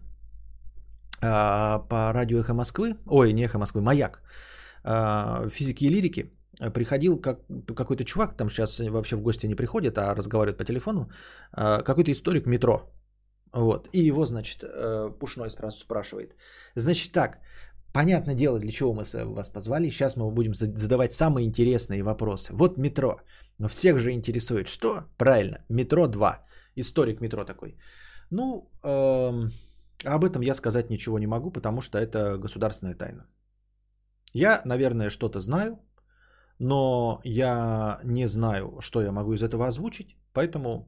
по радио «Эхо Москвы». Ой, не «Эхо Москвы», «Маяк». Физики и лирики. Приходил какой-то чувак, там сейчас вообще в гости не приходит, а разговаривает по телефону. Какой-то историк метро. Вот. И его, значит, Пушной сразу спрашивает. Значит так, понятное дело, для чего мы вас позвали. Сейчас мы будем задавать самые интересные вопросы. Вот метро. Но всех же интересует, что? Правильно, метро 2. Историк метро такой. Ну, об этом я сказать ничего не могу, потому что это государственная тайна. Я, наверное, что-то знаю, но я не знаю, что я могу из этого озвучить, поэтому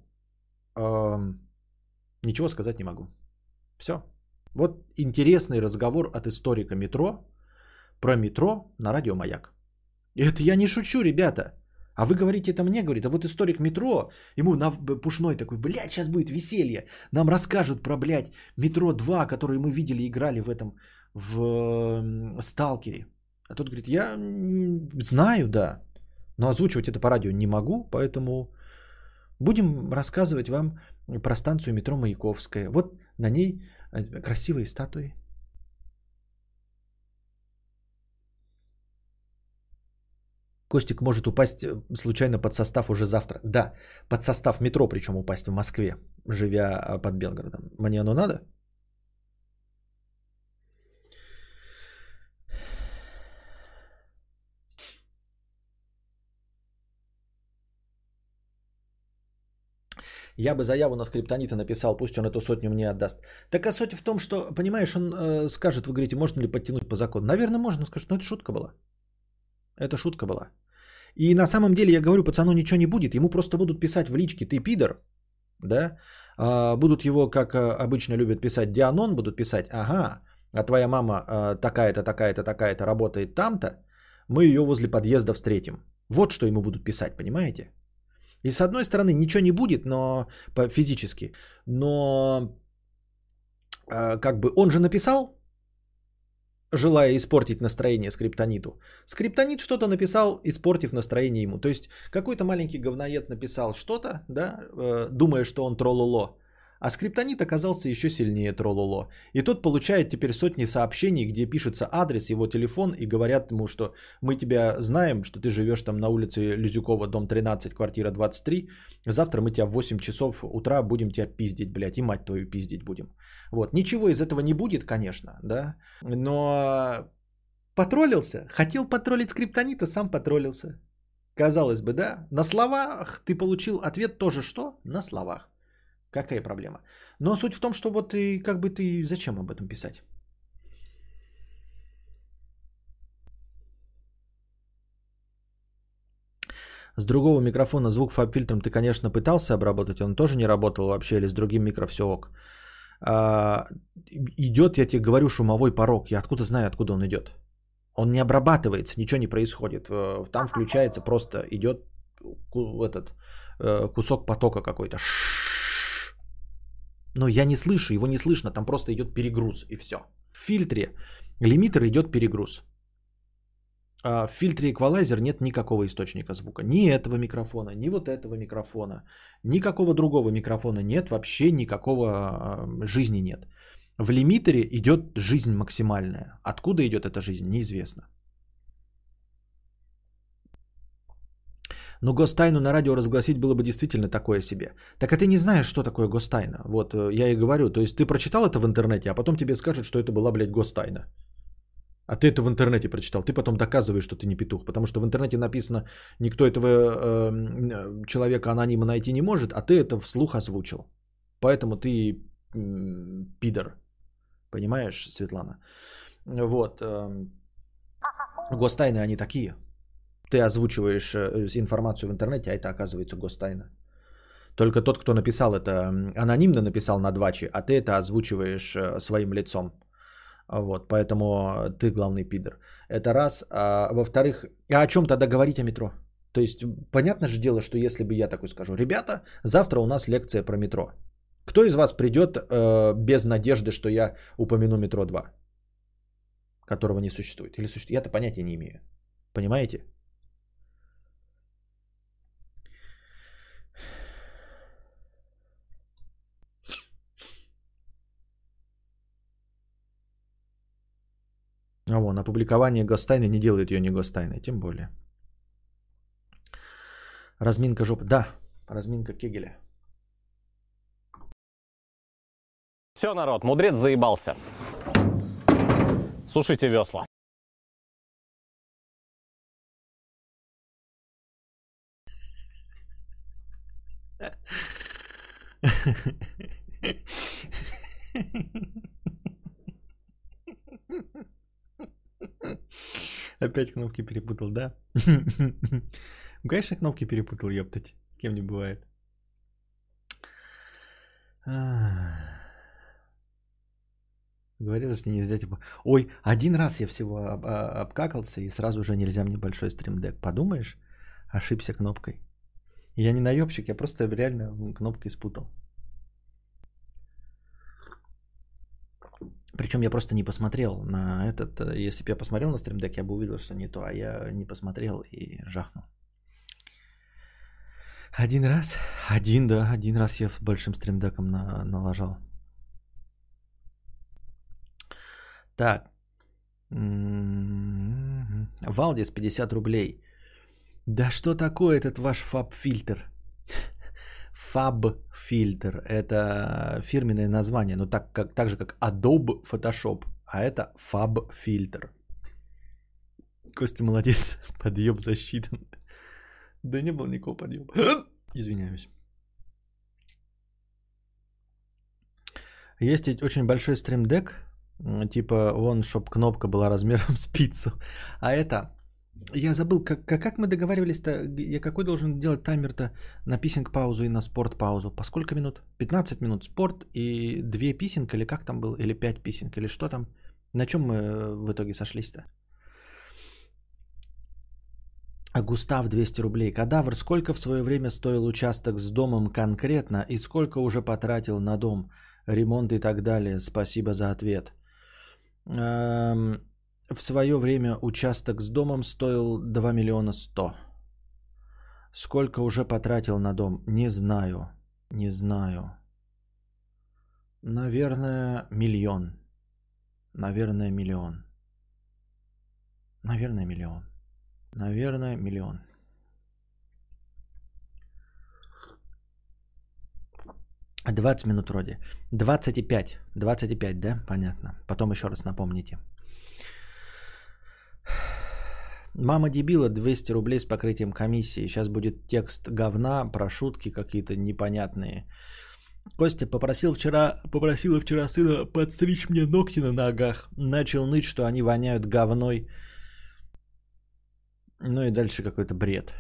ничего сказать не могу. Все. Вот интересный разговор от историка метро про метро на радио «Маяк». И это я не шучу, ребята. А вы говорите это мне, говорит, а вот историк метро, ему Пушной такой, блядь, сейчас будет веселье. Нам расскажут про, блядь, метро 2, который мы видели, играли в Сталкере. А тот говорит, я знаю, да, но озвучивать это по радио не могу, поэтому будем рассказывать вам про станцию метро Маяковская. Вот на ней красивые статуи. Костик может упасть случайно под состав уже завтра. Да, под состав метро, причем упасть в Москве, живя под Белгородом. Мне оно надо? Я бы заяву на Скриптонита написал, пусть он эту 100 мне отдаст. Так а суть в том, что, понимаешь, он скажет, вы говорите, можно ли подтянуть по закону? Наверное, можно, скажет, но это шутка была. Это шутка была. И на самом деле, я говорю, пацану ничего не будет, ему просто будут писать в личке, ты пидор, да, будут его, как обычно любят писать, Дианон, будут писать, ага, а твоя мама такая-то, такая-то, такая-то работает там-то, мы ее возле подъезда встретим. Вот что ему будут писать, понимаете? И с одной стороны ничего не будет, но физически, но как бы он же написал, желая испортить настроение Скриптониту. Скриптонит что-то написал, испортив настроение ему. То есть какой-то маленький говноед написал что-то, да, думая, что он троллоло. А Скриптонит оказался еще сильнее троллоло. И тот получает теперь сотни сообщений, где пишется адрес, его телефон, и говорят ему, что мы тебя знаем, что ты живешь там на улице Люзюкова, дом 13, квартира 23. Завтра мы тебя в 8 часов утра будем тебя пиздить, блядь, и мать твою пиздить будем. Вот. Ничего из этого не будет, конечно, да, но потроллился, хотел потроллить Скриптонита, сам потроллился. Казалось бы, да, на словах ты получил ответ тоже что? На словах. Какая проблема? Но суть в том, что вот и как бы ты зачем об этом писать? С другого микрофона звук фаб-фильтром ты, конечно, пытался обработать, он тоже не работал вообще, или с другим микро все ок. Идет, я тебе говорю, шумовой порог. Я откуда знаю, откуда он идет? Он не обрабатывается, ничего не происходит. Там включается, просто идет этот кусок потока какой-то. Но я не слышу, его не слышно, там просто идет перегруз и все. В фильтре лимитер идет перегруз. А в фильтре эквалайзер нет никакого источника звука. Ни этого микрофона, ни вот этого микрофона, никакого другого микрофона нет, вообще никакого жизни нет. В лимитере идет жизнь максимальная. Откуда идет эта жизнь, неизвестно. Но гостайну на радио разгласить было бы действительно такое себе. Так а ты не знаешь, что такое гостайна. Вот я и говорю. То есть ты прочитал это в интернете, а потом тебе скажут, что это была, блядь, гостайна. А ты это в интернете прочитал. Ты потом доказываешь, что ты не петух. Потому что в интернете написано, никто этого человека анонима найти не может, а ты это вслух озвучил. Поэтому ты пидор. Понимаешь, Светлана? Вот. Гостайны они такие. Ты озвучиваешь информацию в интернете, а это оказывается гостайна. Только тот, кто написал это, анонимно написал на дваче, а ты это озвучиваешь своим лицом. Вот, поэтому ты главный пидор. Это раз. А во-вторых, а о чем тогда говорить о метро? То есть, понятно же дело, что если бы я такой скажу, ребята, завтра у нас лекция про метро. Кто из вас придет без надежды, что я упомяну метро 2, которого не существует? Или существует? Я-то понятия не имею. Понимаете? А вон, опубликование гостайны не делает ее не гостайной, тем более. Разминка жопы. Да, разминка Кегеля. Все, народ, мудрец заебался. Сушите весла. Опять кнопки перепутал, да? Конечно, кнопки перепутал, ёптать. С кем не бывает. Говорил, что нельзя, типа... Ой, один раз я всего обкакался, и сразу же нельзя мне большой стримдек. Подумаешь, ошибся кнопкой. Я не наебщик, я просто реально кнопкой спутал. Причем я просто не посмотрел на этот... Если бы я посмотрел на стримдек, я бы увидел, что не то, а я не посмотрел и жахнул. Один раз я большим стримдеком налажал. Так. Валдис, 50 рублей. Да что такое этот ваш фаб-фильтр? Фаб-фильтр. Это фирменное название. Ну, так же, как Adobe Photoshop. А это фаб-фильтр. Костя молодец. Подъем засчитан. Да не было никакого подъема. Извиняюсь. Есть очень большой стримдек. Типа, вон, чтоб кнопка была размером с пиццу. А это... Я забыл, как мы договаривались-то, я какой должен делать таймер-то на писинг-паузу и на спорт-паузу? По сколько минут? 15 минут спорт и 2 писинг, или как там был? Или 5 писинг, или что там? На чем мы в итоге сошлись-то? А Густав 200 рублей. Кадавр, сколько в свое время стоил участок с домом конкретно и сколько уже потратил на дом, ремонт и так далее? Спасибо за ответ. В свое время участок с домом стоил 2 миллиона 100. Сколько уже потратил на дом? Не знаю. Не знаю. Наверное, миллион. Наверное, миллион. Наверное, миллион. Наверное, миллион. — 20 минут вроде. 25. 25, да? Понятно. Потом еще раз напомните. Мама дебила, 200 рублей с покрытием комиссии. Сейчас будет текст говна про шутки какие-то непонятные. Костя попросила вчера сына подстричь мне ногти на ногах. Начал ныть, что они воняют говной. Ну и дальше какой-то бред.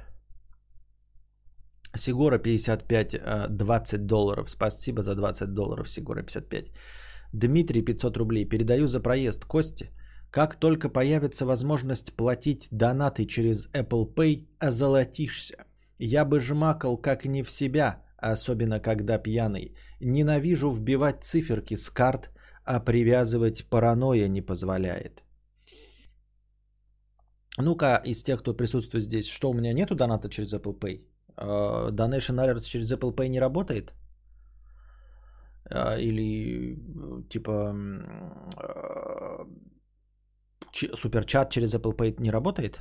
Сигора 55, 20 долларов. Спасибо за 20 долларов, Сигора 55. Дмитрий 500 рублей. Передаю за проезд. Костя, как только появится возможность платить донаты через Apple Pay, озолотишься. Я бы жмакал как не в себя, особенно когда пьяный. Ненавижу вбивать циферки с карт, а привязывать паранойя не позволяет. Ну-ка, из тех, кто присутствует здесь, что у меня нету доната через Apple Pay? Donation Alerts через Apple Pay не работает? Или типа суперчат через Apple Pay не работает?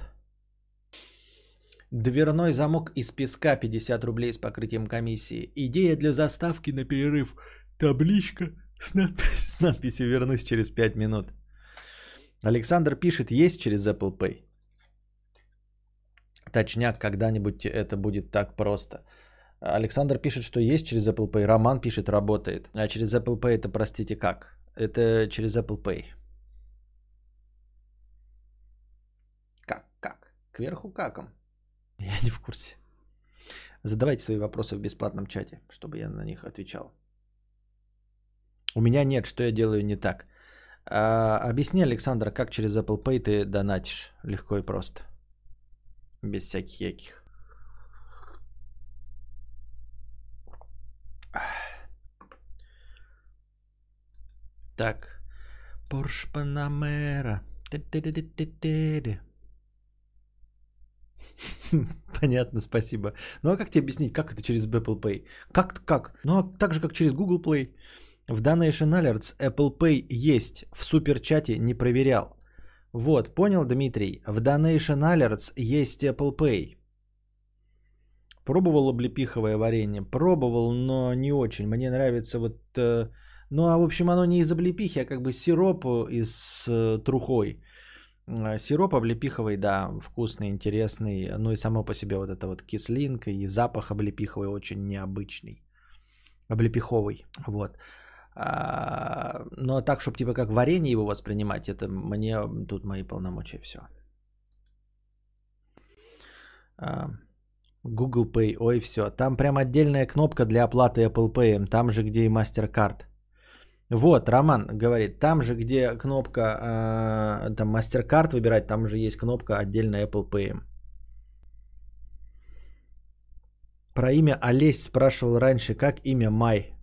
Дверной замок из песка 50 рублей с покрытием комиссии. Идея для заставки на перерыв. Табличка с надписью «Вернусь через 5 минут». Александр пишет, есть через Apple Pay. Точняк, когда-нибудь это будет так просто. Александр пишет, что есть через Apple Pay. Роман пишет, работает. А через Apple Pay это, простите, как? Это через Apple Pay. Как? Кверху каком? Я не в курсе. Задавайте свои вопросы в бесплатном чате, чтобы я на них отвечал. У меня нет, что я делаю не так. Объясни, Александр, как через Apple Pay ты донатишь легко и просто. Без всяких яких. Так. Porsche Panamera. Понятно, спасибо. Ну а как тебе объяснить, как это через Apple Pay? Как? Ну а так же, как через Google Play. В Donation Alerts Apple Pay есть. В суперчате не проверял. Вот, понял, Дмитрий? В Donation Alerts есть Apple Pay. Пробовал облепиховое варенье? Пробовал, но не очень. Мне нравится вот... ну, а в общем, оно не из облепихи, а как бы сироп из трухой. Сироп облепиховый, да, вкусный, интересный. Ну и само по себе вот эта вот кислинка и запах облепиховый очень необычный. Облепиховый, вот. Но так, чтобы типа как варенье его воспринимать, это мне тут мои полномочия, все. Google Pay, ой, все. Там прям отдельная кнопка для оплаты Apple Pay, там же, где и MasterCard. Вот, Роман говорит, там же, где кнопка, там MasterCard выбирать, там же есть кнопка отдельно Apple Pay. Про имя Олесь спрашивал раньше, как имя Май?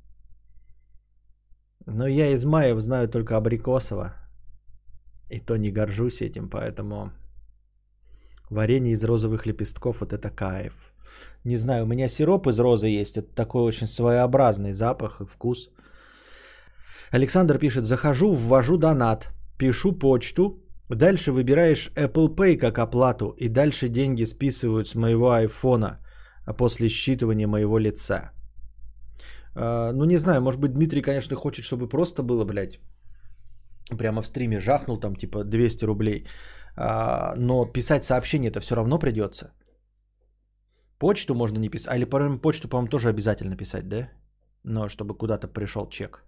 Но я из Маев знаю только Абрикосова. И то не горжусь этим, поэтому варенье из розовых лепестков, вот это кайф. Не знаю, у меня сироп из розы есть, это такой очень своеобразный запах и вкус. Александр пишет, захожу, ввожу донат, пишу почту, дальше выбираешь Apple Pay как оплату, и дальше деньги списывают с моего айфона после считывания моего лица. Ну, не знаю, может быть, Дмитрий, конечно, хочет, чтобы просто было, блядь, прямо в стриме жахнул там типа 200 рублей, но писать сообщение-то все равно придется. Почту можно не писать, или почту, по-моему, тоже обязательно писать, да? Но чтобы куда-то пришел чек.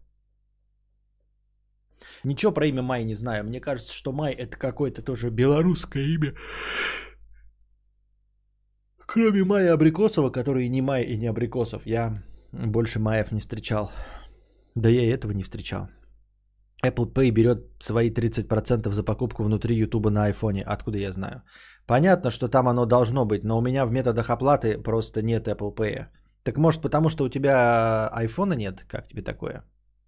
Ничего про имя Май не знаю. Мне кажется, что Май это какое-то тоже белорусское имя. Кроме Майя Абрикосова, который не Май и не Абрикосов, я больше Маев не встречал. Да я и этого не встречал. Apple Pay берет свои 30% за покупку внутри YouTube на айфоне. Откуда я знаю? Понятно, что там оно должно быть, но у меня в методах оплаты просто нет Apple Pay. Так может потому, что у тебя айфона нет? Как тебе такое?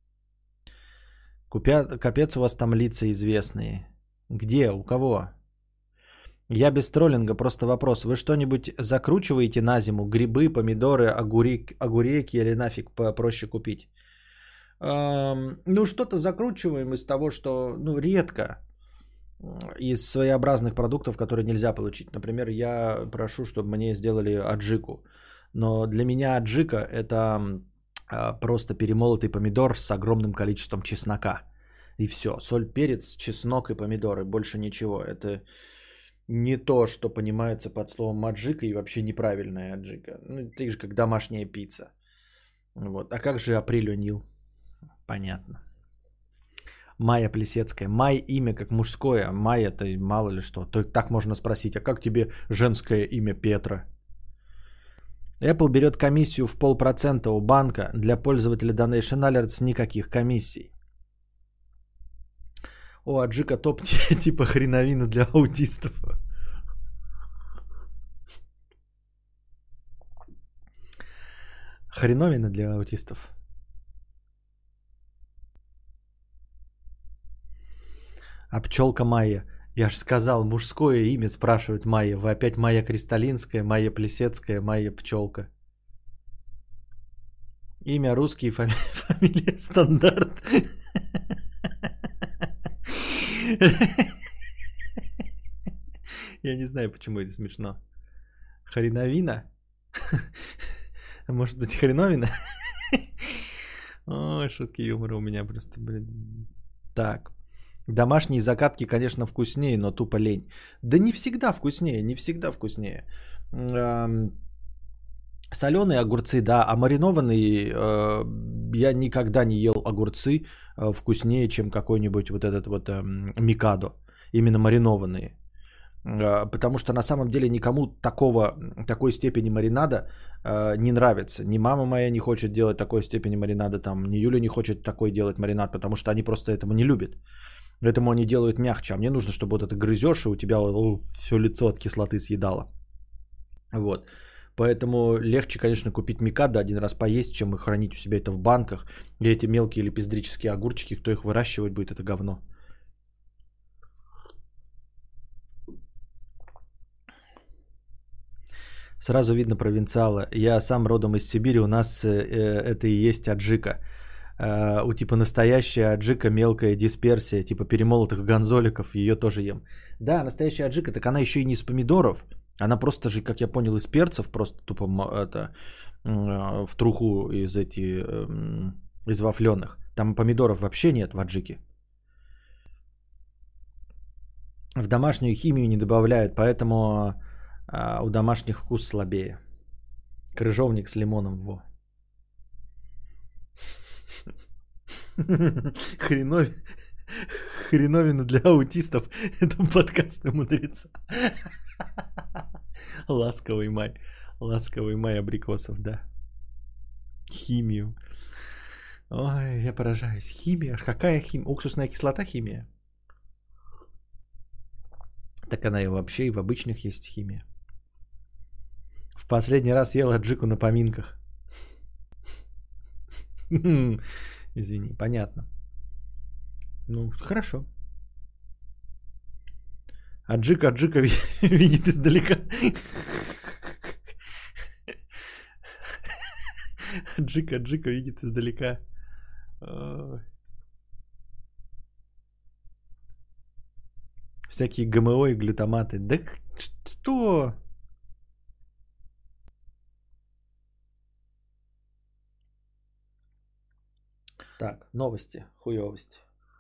Капец, у вас там лица известные. Где? У кого? Я без троллинга, просто вопрос. Вы что-нибудь закручиваете на зиму? Грибы, помидоры, огуреки или нафиг проще купить? Ну, что-то закручиваем из того, что, ну, редко. Из своеобразных продуктов, которые нельзя получить. Например, я прошу, чтобы мне сделали аджику. Но для меня аджика – это просто перемолотый помидор с огромным количеством чеснока. И все. Соль, перец, чеснок и помидоры. Больше ничего. Это не то, что понимается под словом аджика и вообще неправильная аджика. Ну, так же, как домашняя пицца. Вот. А как же апрель Нил? Понятно. Майя Плесецкая. Май имя как мужское. Май это мало ли что. Так можно спросить. А как тебе женское имя Петра? Apple берет комиссию в 0,5% у банка. Для пользователя Donation Alerts никаких комиссий. О, аджика топ типа хреновина для аутистов. Хреновина для аутистов. А пчелка Майя. Я же сказал, мужское имя спрашивает Майя. Вы опять Майя Кристалинская, Майя Плесецкая, Майя Пчелка. Имя русский, фамилия стандарт. Я не знаю, почему это смешно. Хреновина? Может быть, хреновина? Ой, шутки юмора у меня просто, блин. Так. Домашние закатки, конечно, вкуснее, но тупо лень. Да не всегда вкуснее, не всегда вкуснее. Соленые огурцы, да, а маринованные я никогда не ел огурцы вкуснее, чем какой-нибудь вот этот вот микадо. Именно маринованные. Потому что на самом деле никому такой степени маринада не нравится. Ни мама моя не хочет делать такой степени маринада, там, ни Юля не хочет такой делать маринад, потому что они просто этого не любят. Поэтому они делают мягче. А мне нужно, чтобы вот это грызешь, и у тебя все лицо от кислоты съедало. Вот. Поэтому легче, конечно, купить микадо один раз поесть, чем хранить у себя это в банках. И эти мелкие лепездрические огурчики, кто их выращивать будет, это говно. Сразу видно провинциала. Я сам родом из Сибири, у нас это и есть аджика. У типа настоящая аджика, мелкая дисперсия, типа перемолотых гонзоликов, ее тоже ем. Да, настоящая аджика, так она еще и не из помидоров. Она просто же, как я понял, из перцев, просто тупо это, в труху из вафленых. Там помидоров вообще нет в аджике. В домашнюю химию не добавляют, поэтому у домашних вкус слабее. Крыжовник с лимоном, во. Хреновина для аутистов. Это подкаст мудреца. Ласковый май. Ласковый май абрикосов, да. Химию. Ой, я поражаюсь. Химия? Какая химия? Уксусная кислота химия? Так она и вообще и в обычных есть химия. В последний раз ел аджику на поминках. Извини, понятно. Ну, хорошо. Аджика видит издалека. Аджика видит издалека. Всякие ГМО и глютаматы. Да что? Так, новости, хуёвости.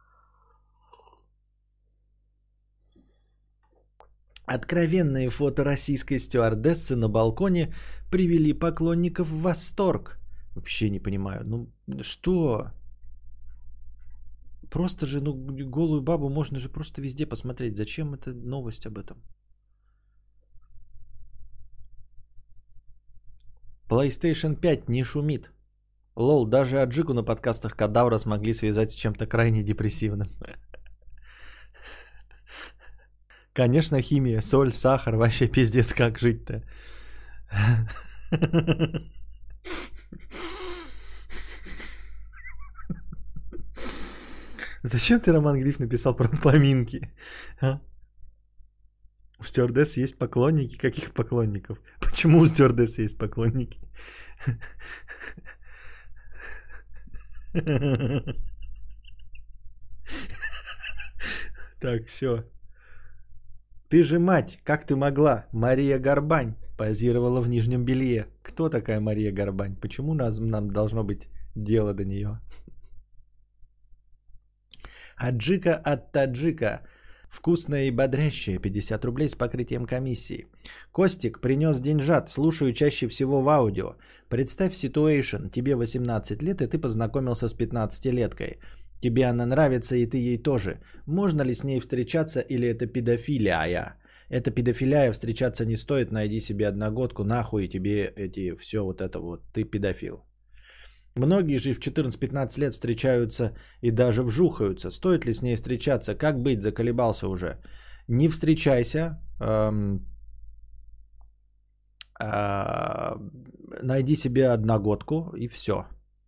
Откровенные фото российской стюардессы на балконе привели поклонников в восторг. Вообще не понимаю. Ну, что? Просто же, ну, голую бабу можно же просто везде посмотреть. Зачем эта новость об этом? PlayStation 5 не шумит. Лол, даже аджику на подкастах Кадавра смогли связать с чем-то крайне депрессивным. Конечно, химия, соль, сахар, вообще пиздец, как жить-то. Зачем ты, Роман Гриф, написал про поминки? А? У стюардесс есть поклонники? Каких поклонников? Почему у стюардесс есть поклонники? Так, все. Ты же мать, как ты могла? Мария Горбань позировала в нижнем белье. Кто такая Мария Горбань? Почему нам должно быть дело до нее? Аджика от таджика. Вкусная и бодрящая. 50 рублей с покрытием комиссии. Костик принес деньжат. Слушаю чаще всего в аудио. Представь ситуэйшн. Тебе 18 лет, и ты познакомился с 15-леткой. Тебе она нравится, и ты ей тоже. Можно ли с ней встречаться, или это педофилия? Это педофилия, встречаться не стоит. Найди себе одногодку, нахуй тебе все вот это вот. Ты педофил. Многие же в 14-15 лет встречаются и даже вжухаются. Стоит ли с ней встречаться? Как быть? Заколебался уже. Не встречайся. Найди себе одногодку и все.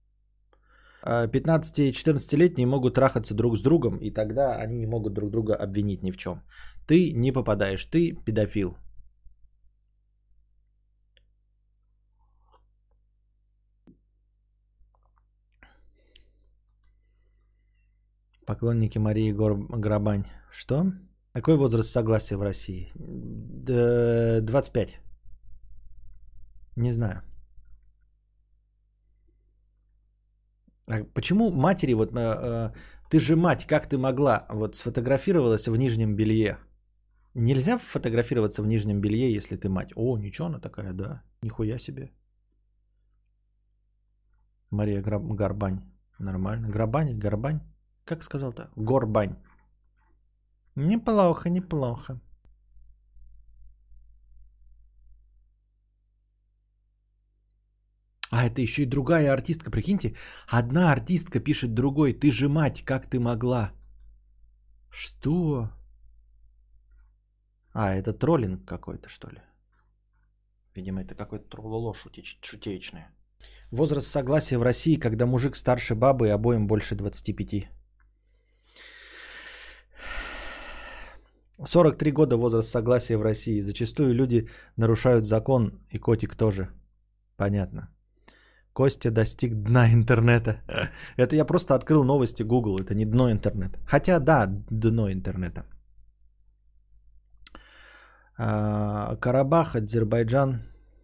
15- и 14-летние могут трахаться друг с другом, и тогда они не могут друг друга обвинить ни в чем. Ты не попадаешь, ты педофил. Поклонники Марии Грабань. Что? Какой возраст согласия в России? 25. Не знаю. А почему матери, вот ты же мать, как ты могла, вот сфотографировалась в нижнем белье? Нельзя фотографироваться в нижнем белье, если ты мать. О, ничего, она такая, да, нихуя себе. Мария Горбань, нормально. Горбань, как сказал-то? Горбань. Неплохо, неплохо. А это еще и другая артистка, прикиньте. Одна артистка пишет другой, ты же мать, как ты могла? Что? А, это троллинг какой-то, что ли? Видимо, это какой-то троллоло шутеечное. Возраст согласия в России, когда мужик старше бабы и обоим больше 25. 43 года возраст согласия в России. Зачастую люди нарушают закон, и котик тоже. Понятно. Костя достиг дна интернета. Это я просто открыл новости Google, это не дно интернета. Хотя да, дно интернета. Карабах, Азербайджан.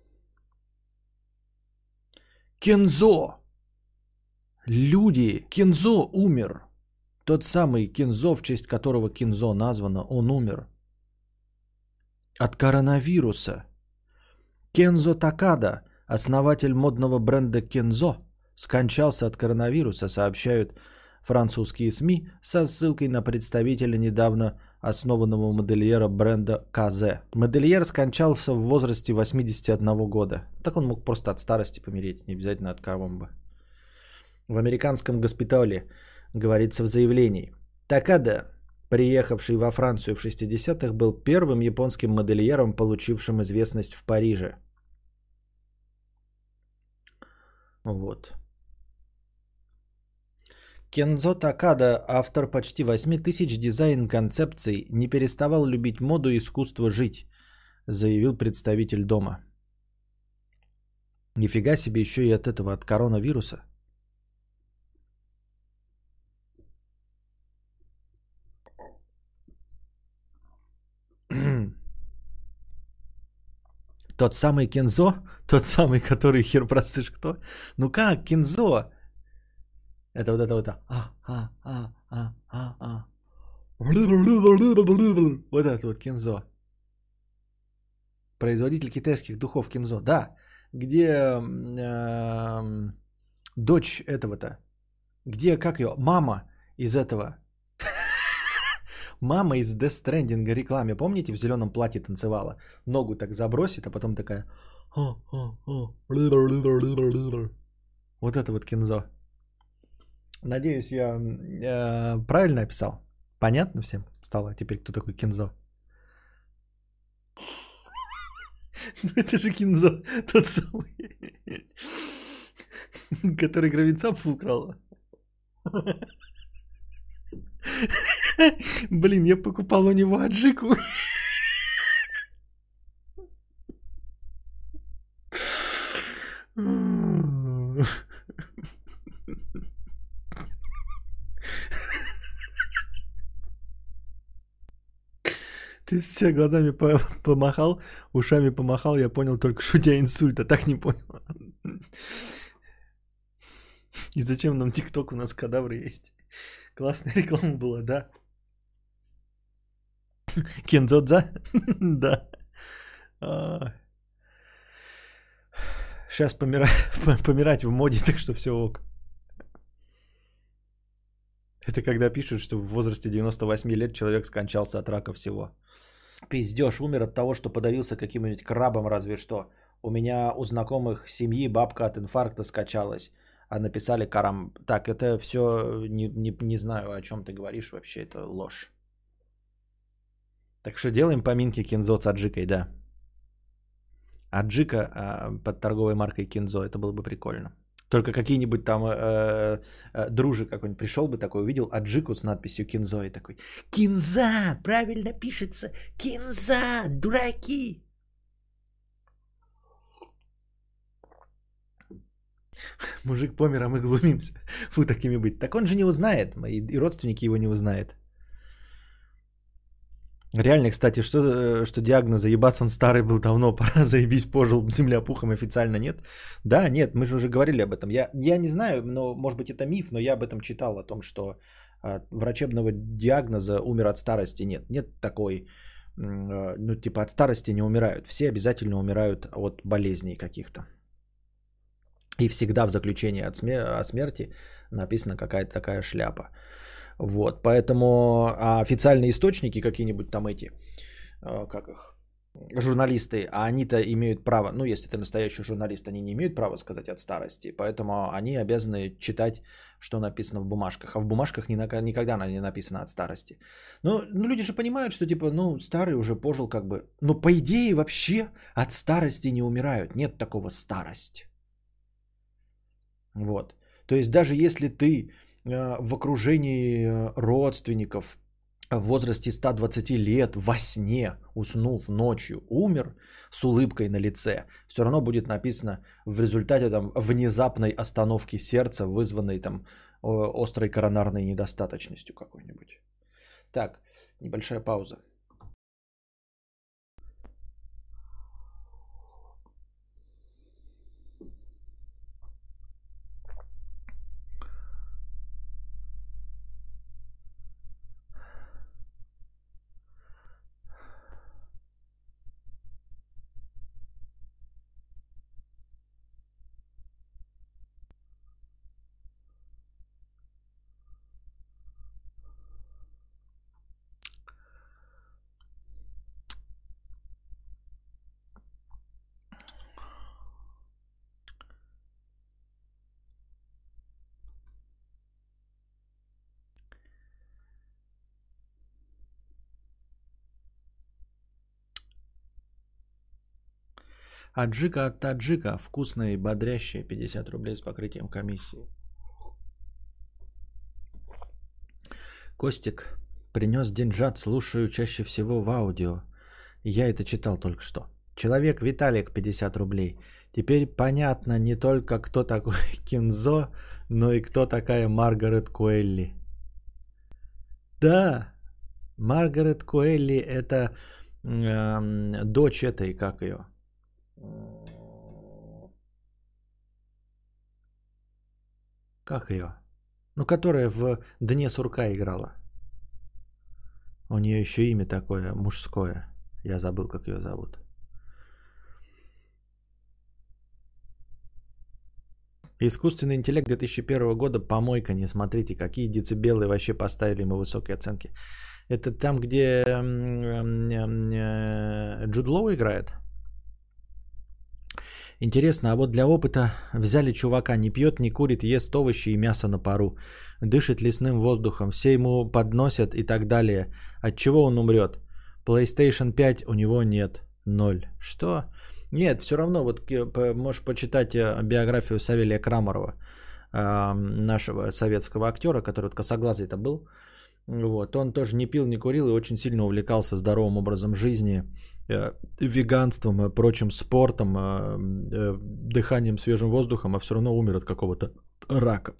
Кензо. Люди. Кензо умер. Тот самый Кензо, в честь которого Кензо названо, он умер. От коронавируса. Кензо Такада, основатель модного бренда Кензо, скончался от коронавируса, сообщают французские СМИ со ссылкой на представителя недавно основанного модельера бренда КЗ. Модельер скончался в возрасте 81 года. Так он мог просто от старости помереть, не обязательно от кого-либо. В американском госпитале говорится в заявлении. Такада, приехавший во Францию в 60-х, был первым японским модельером, получившим известность в Париже. Вот. Кензо Такада, автор почти 8000 дизайн-концепций, не переставал любить моду и искусство жить, заявил представитель дома. Нифига себе, еще и от этого, от коронавируса. Тот самый Кензо? Тот самый, который хер просышь кто? Ну как, Кензо? Это вот это вот. Вот это вот Кензо. Производитель китайских духов Кензо. Да, где дочь этого-то. Где, как ее? Мама из этого. Мама из Death Stranding рекламе. Помните, в зеленом платье танцевала? Ногу так забросит, а потом такая... Вот это вот Кензо. Надеюсь, я правильно описал. Понятно всем стало теперь, кто такой Кензо? Ну это же Кензо, тот самый, который Гравицапу украл. Блин, я покупал у него аджику. Ты сейчас глазами помахал, ушами помахал, я понял только, что у тебя инсульт, а так не понял. И зачем нам ТикТок, у нас кадавры есть. Классная реклама была, да. Кензодза? Да. Сейчас помирать в моде, так что все ок. Это когда пишут, что в возрасте 98 лет человек скончался от рака всего. Пиздеж, умер от того, что подавился каким-нибудь крабом, разве что. У меня у знакомых семьи бабка от инфаркта скачалась, а написали карам. Так, это все не знаю, о чем ты говоришь вообще, это ложь. Так что делаем поминки Кензо с аджикой, да. Аджика под торговой маркой Кензо, это было бы прикольно. Только какие-нибудь там дружи какой-нибудь пришел бы такой, увидел аджику с надписью Кензо и такой: Кинза, правильно пишется, Кинза, дураки. Мужик помер, а мы глумимся. Фу, такими быть. Так он же не узнает, и родственники его не узнают. Реально, кстати, что диагноз заебаться он старый был давно, пора заебись, пожил, земля пухом официально нет. Да, нет, мы же уже говорили об этом. Я не знаю, но может быть это миф, но я об этом читал, о том, что врачебного диагноза умер от старости нет. Нет такой, ну типа от старости не умирают. Все обязательно умирают от болезней каких-то. И всегда в заключении о смерти написана какая-то такая шляпа. Вот, поэтому официальные источники, какие-нибудь там эти, как их, журналисты, а они-то имеют право, ну, если ты настоящий журналист, они не имеют права сказать от старости, поэтому они обязаны читать, что написано в бумажках, а в бумажках никогда не написано от старости. Ну, люди же понимают, что типа, ну, старый уже пожил как бы, но по идее вообще от старости не умирают, нет такого старость. Вот, то есть даже если ты в окружении родственников в возрасте 120 лет во сне, уснув ночью, умер с улыбкой на лице, все равно будет написано в результате там, внезапной остановки сердца, вызванной там острой коронарной недостаточностью какой-нибудь. Так, небольшая пауза. Аджика от таджика, вкусная и бодрящая, 50 рублей с покрытием комиссии. Костик принес деньжат, слушаю чаще всего в аудио. Я это читал только что. Человек Виталик, 50 рублей. Теперь понятно не только кто такой Кензо, но и кто такая Маргарет Куэлли. Да, Маргарет Куэлли это дочь этой, как ее? Как ее? Ну, которая в Дне сурка играла. У нее еще имя такое мужское. Я забыл, как ее зовут. Искусственный интеллект 2001 года, помойка, не смотрите, какие децибелы вообще поставили ему высокие оценки. Это там, где Джуд Лоу играет? Интересно, а вот для опыта взяли чувака, не пьет, не курит, ест овощи и мясо на пару, дышит лесным воздухом, все ему подносят и так далее. От чего он умрет? PlayStation 5 у него нет, 0. Что? Нет, все равно, вот можешь почитать биографию Савелия Крамарова, нашего советского актера, который вот косоглазый-то был. Вот, он тоже не пил, не курил и очень сильно увлекался здоровым образом жизни, веганством и прочим спортом, дыханием свежим воздухом, а все равно умер от какого-то рака.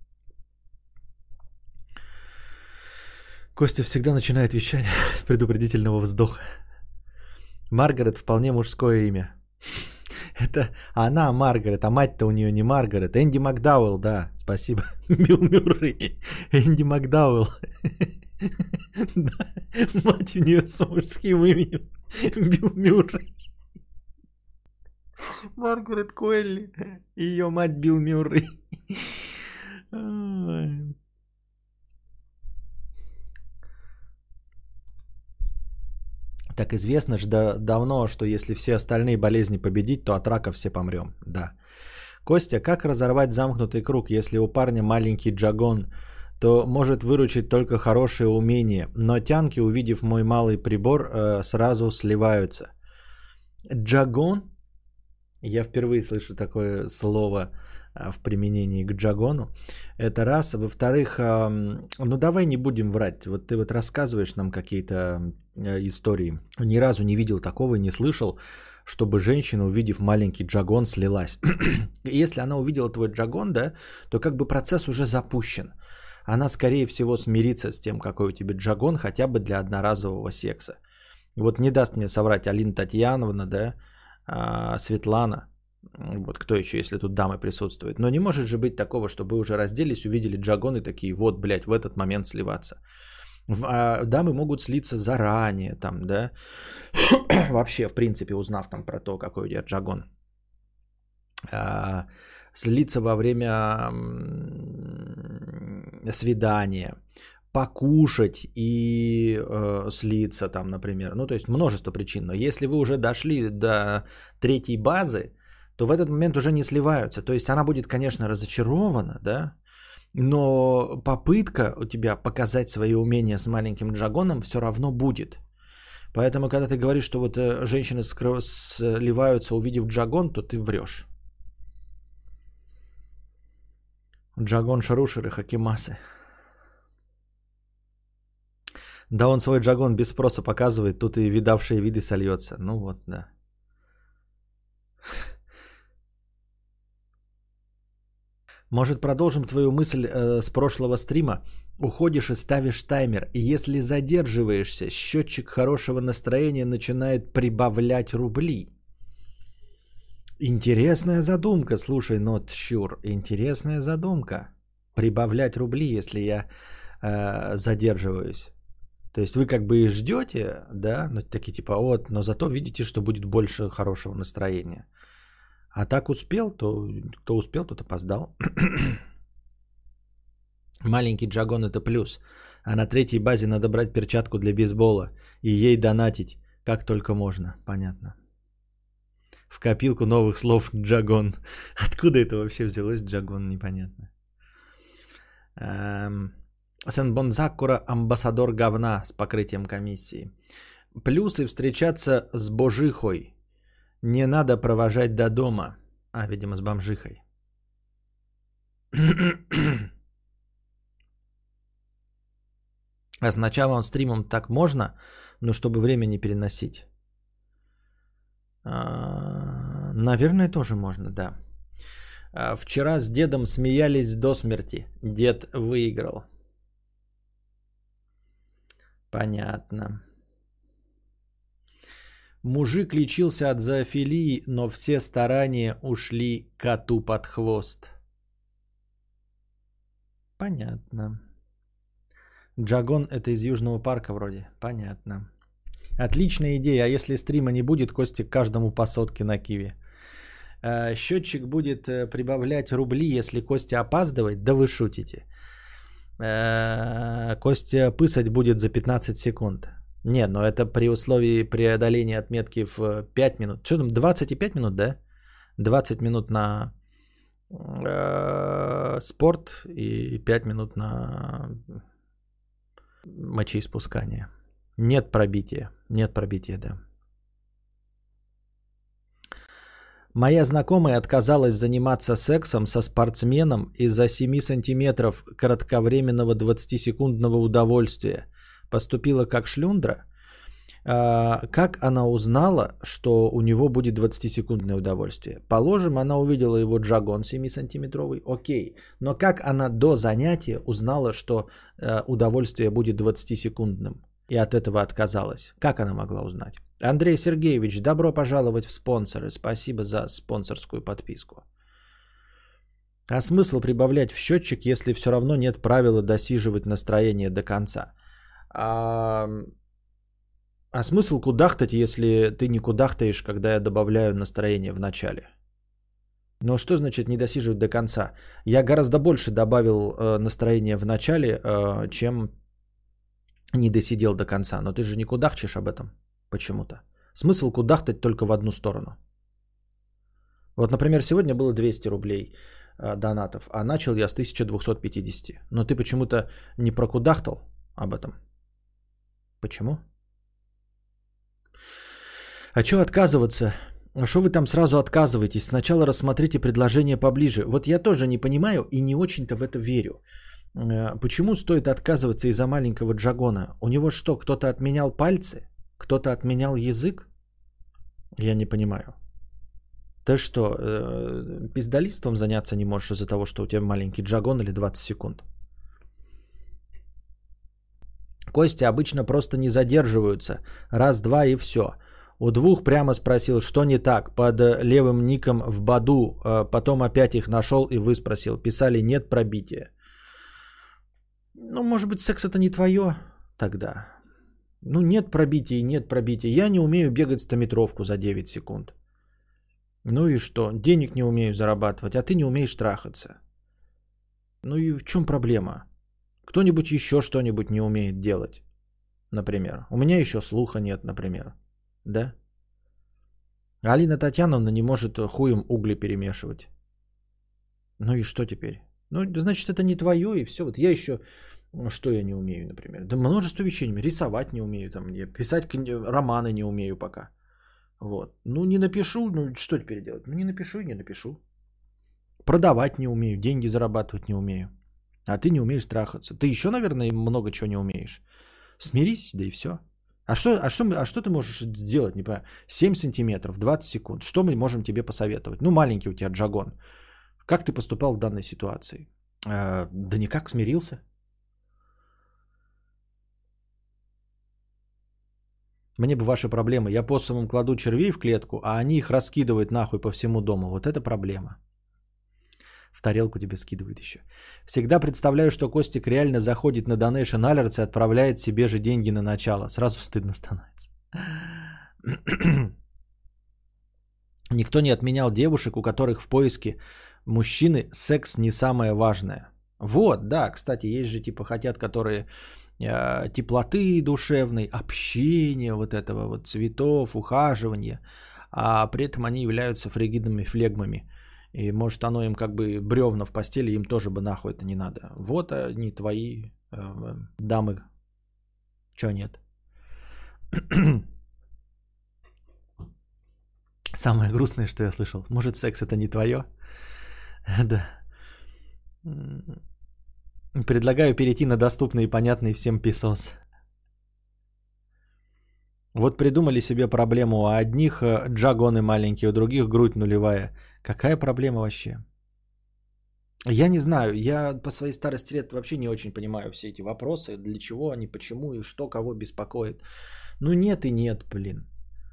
Костя всегда начинает вещание с предупредительного вздоха. Маргарет вполне мужское имя. Это она Маргарет, а мать-то у нее не Маргарет. Энди Макдауэлл, да, спасибо. Билл Мюррей. Энди Макдауэлл. Мать у нее с мужским именем. Билл Мюррей. Маргарет Куэлли. Ее мать Билл Мюррей. Так известно же давно, что если все остальные болезни победить, то от рака все помрем. Да. Костя, как разорвать замкнутый круг, если у парня маленький джагон, то может выручить только хорошее умение, но тянки, увидев мой малый прибор, сразу сливаются. Джагон? Я впервые слышу такое слово в применении к джагону. Это раз. Во-вторых, ну давай не будем врать. Вот ты вот рассказываешь нам какие-то истории. Ни разу не видел такого, не слышал, чтобы женщина, увидев маленький джагон, слилась. Если она увидела твой джагон, да, то как бы процесс уже запущен. Она, скорее всего, смирится с тем, какой у тебя джагон, хотя бы для одноразового секса. Вот не даст мне соврать Алина Татьяновна, да, Светлана, вот кто еще, если тут дамы присутствуют. Но не может же быть такого, чтобы вы уже разделись, увидели джагон и такие, вот, блядь, в этот момент сливаться. Дамы могут слиться заранее, там, да, вообще, в принципе, узнав там про то, какой у тебя джагон. Слиться во время свидания, покушать и слиться там, например. Ну, то есть множество причин. Но если вы уже дошли до третьей базы, то в этот момент уже не сливаются. То есть она будет, конечно, разочарована, да, но попытка у тебя показать свои умения с маленьким джагоном все равно будет. Поэтому, когда ты говоришь, что вот женщины сливаются, увидев джагон, то ты врешь. Джагон шарушеры хакимасы. Да он свой джагон без спроса показывает, тут и видавшие виды сольется. Ну вот, да. Может, продолжим твою мысль с прошлого стрима? Уходишь и ставишь таймер. И если задерживаешься, счетчик хорошего настроения начинает прибавлять рубли. Интересная задумка, слушай, Not Sure. Интересная задумка. Прибавлять рубли, если я задерживаюсь. То есть вы как бы и ждете, да, ну такие типа, вот, но зато видите, что будет больше хорошего настроения. А так успел, то кто успел, тот опоздал. Маленький джагон это плюс. А на третьей базе надо брать перчатку для бейсбола и ей донатить как только можно. Понятно. В копилку новых слов джагон. Откуда это вообще взялось джагон, непонятно. Сенбонзакура амбассадор говна с покрытием комиссии. Плюсы встречаться с божихой. Не надо провожать до дома. А, видимо, с бомжихой. А с началом стримом так можно, но чтобы время не переносить. Наверное, тоже можно, да. Вчера с дедом смеялись до смерти. Дед выиграл. Понятно. Мужик лечился от зоофилии, но все старания ушли коту под хвост. Понятно. Джагон это из Южного парка вроде. Понятно. Отличная идея. А если стрима не будет, Костик каждому по сотке на киви. Счетчик будет прибавлять рубли, если Костя опаздывает. Да вы шутите. Костя пысать будет за 15 секунд. Нет, но это при условии преодоления отметки в 5 минут. Что там, 25 минут, да? 20 минут на спорт и 5 минут на мочеиспускание. Нет пробития. Нет пробития, да. Моя знакомая отказалась заниматься сексом со спортсменом из-за 7 сантиметров кратковременного 20-секундного удовольствия. Поступила как шлюндра. Как она узнала, что у него будет 20-секундное удовольствие? Положим, она увидела его джагон 7-сантиметровый. Окей. Но как она до занятия узнала, что удовольствие будет 20-секундным? И от этого отказалась. Как она могла узнать? Андрей Сергеевич, добро пожаловать в спонсоры. Спасибо за спонсорскую подписку. А смысл прибавлять в счетчик, если все равно нет правила досиживать настроение до конца? А смысл кудахтать, если ты не кудахтаешь, когда я добавляю настроение в начале? Но что значит не досиживать до конца? Я гораздо больше добавил настроение в начале, чем не досидел до конца. Но ты же не кудахчешь об этом почему-то. Смысл кудахтать только в одну сторону. Вот, например, сегодня было 200 рублей донатов, а начал я с 1250. Но ты почему-то не прокудахтал об этом. Почему? А что отказываться? А что вы там сразу отказываетесь? Сначала рассмотрите предложение поближе. Вот я тоже не понимаю и не очень-то в это верю. Почему стоит отказываться из-за маленького джагона? У него что, кто-то отменял пальцы? Кто-то отменял язык? Я не понимаю. Ты что, пиздолистом заняться не можешь из-за того, что у тебя маленький джагон или 20 секунд? Костя обычно просто не задерживаются. Раз-два и все. У двух прямо спросил, что не так, под левым ником в Баду. Потом опять их нашел и выспросил. Писали нет пробития. Ну, может быть, секс это не твое тогда. Ну, нет пробития, нет пробития. Я не умею бегать 100-метровку за 9 секунд. Ну и что? Денег не умею зарабатывать, а ты не умеешь трахаться. Ну и в чем проблема? Кто-нибудь еще что-нибудь не умеет делать, например. У меня еще слуха нет, например. Да? Алина Татьяновна не может хуем угли перемешивать. Ну и что теперь? Ну, значит, это не твое, и все. Вот я еще... Что я не умею, например? Да множество вещей не умею. Рисовать не умею, там, писать романы не умею пока. Вот. Ну, не напишу, ну, что теперь делать? Ну, не напишу и не напишу. Продавать не умею, деньги зарабатывать не умею. А ты не умеешь трахаться. Ты еще, наверное, много чего не умеешь. Смирись, да и все. А что ты можешь сделать? Не понимаю. 7 сантиметров, 20 секунд. Что мы можем тебе посоветовать? Ну, маленький у тебя джагон. Как ты поступал в данной ситуации? Да никак, смирился. Мне бы ваши проблемы. Я посумом кладу червей в клетку, а они их раскидывают нахуй по всему дому. Вот это проблема. В тарелку тебе скидывают еще. Всегда представляю, что Костик реально заходит на Donation Alerts и отправляет себе же деньги на начало. Сразу стыдно становится. Никто не отменял девушек, у которых в поиске мужчины секс не самое важное. Вот, да, кстати, есть же типа хотят, которые теплоты душевной, общения, вот этого вот цветов, ухаживания, а при этом они являются фригидными флегмами. И может оно им как бы бревна в постели, им тоже бы нахуй это не надо. Вот они твои дамы. Чё нет? Самое грустное, что я слышал. Может, секс это не твое? Да. Предлагаю перейти на доступный и понятный всем писос. Вот придумали себе проблему. У одних джагоны маленькие, у других грудь нулевая. Какая проблема вообще? Я не знаю. Я по своей старости лет вообще не очень понимаю все эти вопросы. Для чего они, почему и что кого беспокоит. Ну нет и нет, блин.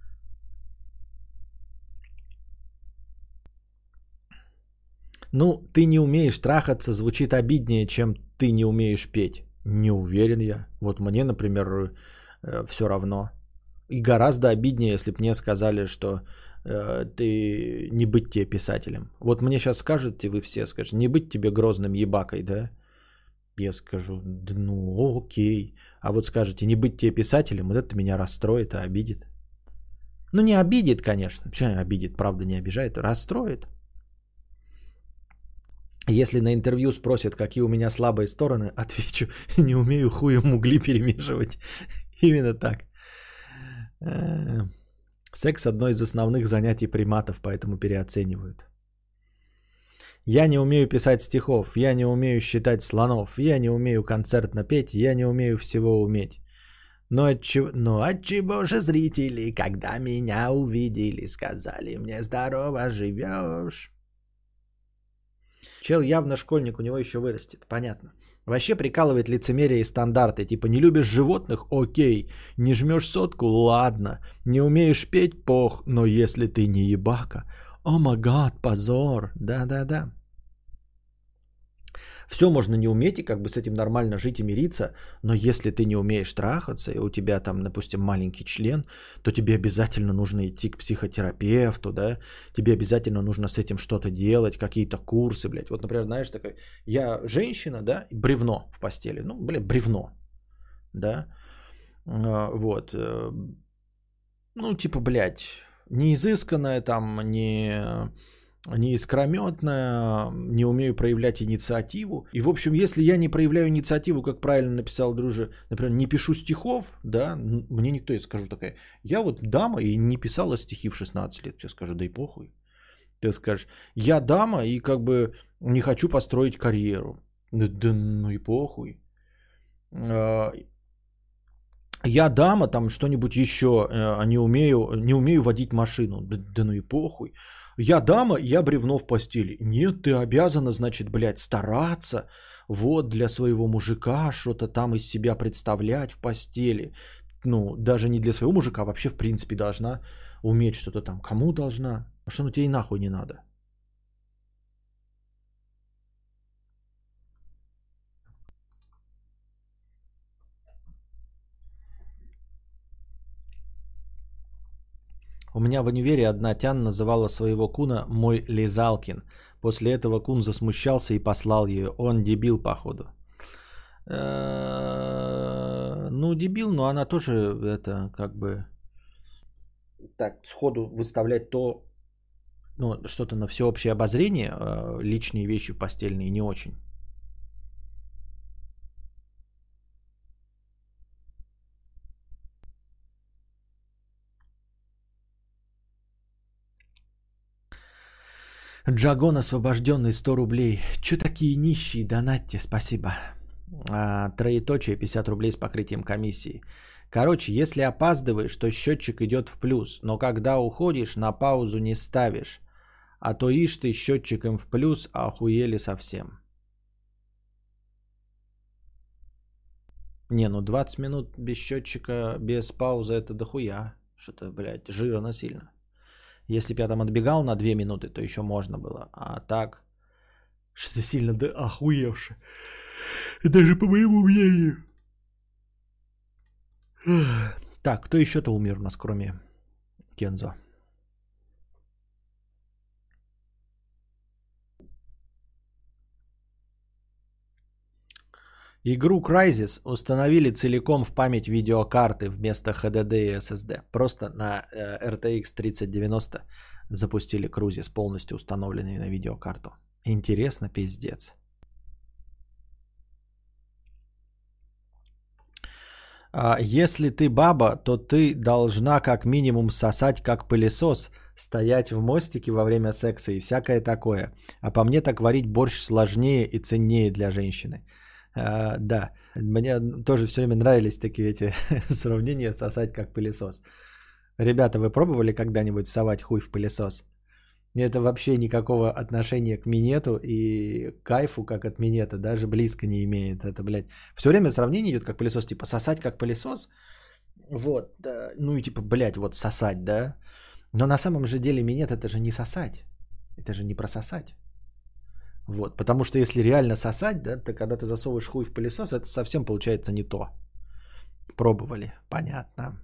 Ну, ты не умеешь трахаться, звучит обиднее, чем ты не умеешь петь. Не уверен я. Вот мне, например, все равно. И гораздо обиднее, если бы мне сказали, что ты не быть тебе писателем. Вот мне сейчас скажете, вы все скажете, не быть тебе грозным ебакой, да? Я скажу, да ну окей. А вот скажете, не быть тебе писателем, вот это меня расстроит и обидит. Ну не обидит, конечно. Почему обидит? Правда не обижает. Расстроит. Если на интервью спросят, какие у меня слабые стороны, отвечу, не умею хуем угли перемешивать. Именно так. Секс одно из основных занятий приматов, поэтому переоценивают. Я не умею писать стихов, я не умею считать слонов, я не умею концертно петь, я не умею всего уметь. Но отчего же зрители, когда меня увидели, сказали мне здорово живешь? Чел явно школьник, у него еще вырастет, понятно. Вообще прикалывает лицемерие и стандарты. Типа не любишь животных? Окей. Не жмешь сотку? Ладно. Не умеешь петь? Пох. Но если ты не ебака. О май гад, позор. Да-да-да. Все можно не уметь и как бы с этим нормально жить и мириться. Но если ты не умеешь трахаться, и у тебя там, допустим, маленький член, то тебе обязательно нужно идти к психотерапевту, да? Тебе обязательно нужно с этим что-то делать, какие-то курсы, блядь. Вот, например, знаешь, такая, я женщина, да, бревно в постели. Ну, блядь, бревно, да? Вот. Ну, типа, блядь, не изысканная там, не искрометная, не умею проявлять инициативу. И, в общем, если я не проявляю инициативу, как правильно написал друже, например, не пишу стихов, да, мне никто, я скажу такая, я вот дама и не писала стихи в 16 лет, я скажу, да и похуй. Ты скажешь, я дама и как бы не хочу построить карьеру. Да ну и похуй. Я дама, там что-нибудь еще, не умею водить машину. Да ну и похуй. Я дама, я бревно в постели. Нет, ты обязана, значит, блядь, стараться. Вот для своего мужика что-то там из себя представлять в постели. Ну, даже не для своего мужика, а вообще в принципе должна уметь что-то там. Кому должна? А что ну тебе и нахуй не надо? У меня в универе одна тян называла своего куна мой Лизалкин. После этого кун засмущался и послал ее. Он дебил, походу. Ну, дебил, но она тоже это как бы так сходу выставлять то, ну, что-то на всеобщее обозрение, личные вещи постельные не очень. Джагон освобожденный 100 рублей. Чё такие нищие? Донатьте, спасибо. Троеточие 50 рублей с покрытием комиссии. Короче, если опаздываешь, то счетчик идет в плюс. Но когда уходишь, на паузу не ставишь. А то ишь ты счетчиком в плюс, а охуели совсем. Не, ну 20 минут без счетчика, без паузы это дохуя. Что-то, блядь, жирно сильно. Если бы я там отбегал на 2 минуты, то еще можно было. А так, что-то сильно да охуевше. Даже по моему мнению. Так, кто еще-то умер у нас, кроме Кензо? Игру Crysis установили целиком в память видеокарты вместо HDD и SSD. Просто на RTX 3090 запустили Crysis, полностью установленный на видеокарту. Интересно, пиздец. Если ты баба, то ты должна как минимум сосать как пылесос, стоять в мостике во время секса и всякое такое. А по мне так варить борщ сложнее и ценнее для женщины. Да, мне тоже все время нравились такие эти сравнения сосать как пылесос. Ребята, вы пробовали когда-нибудь совать хуй в пылесос? Это вообще никакого отношения к минету и кайфу, как от минета, даже близко не имеет. Это, блядь, все время сравнение идет как пылесос, типа сосать как пылесос. Вот, да, ну и типа, блядь, вот сосать, да. Но на самом же деле минет это же не сосать. Это же не прососать. Вот, потому что если реально сосать, да, то когда ты засовываешь хуй в пылесос, это совсем получается не то. Пробовали, понятно.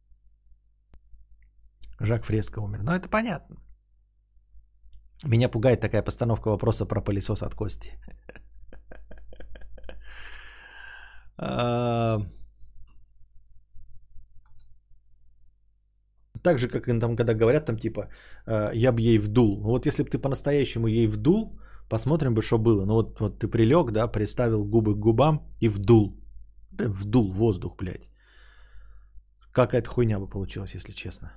Жак Фреско умер, но это понятно. Меня пугает такая постановка вопроса про пылесос от Кости. Так же, как там, когда говорят, там типа, я бы ей вдул. Вот если бы ты по-настоящему ей вдул, посмотрим бы, что было. Ну вот ты прилег, да, приставил губы к губам и вдул. Вдул воздух, блядь. Какая-то хуйня бы получилась, если честно.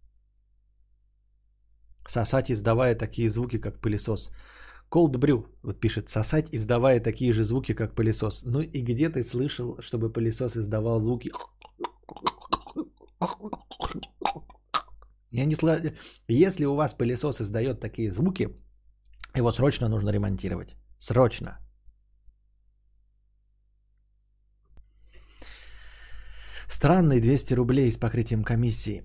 Сосать, издавая такие звуки, как пылесос. Cold Brew вот пишет, сосать, издавая такие же звуки, как пылесос. Ну и где ты слышал, чтобы пылесос издавал звуки? Я не слышу. Если у вас пылесос издает такие звуки, его срочно нужно ремонтировать. Срочно. Странный 200 рублей с покрытием комиссии.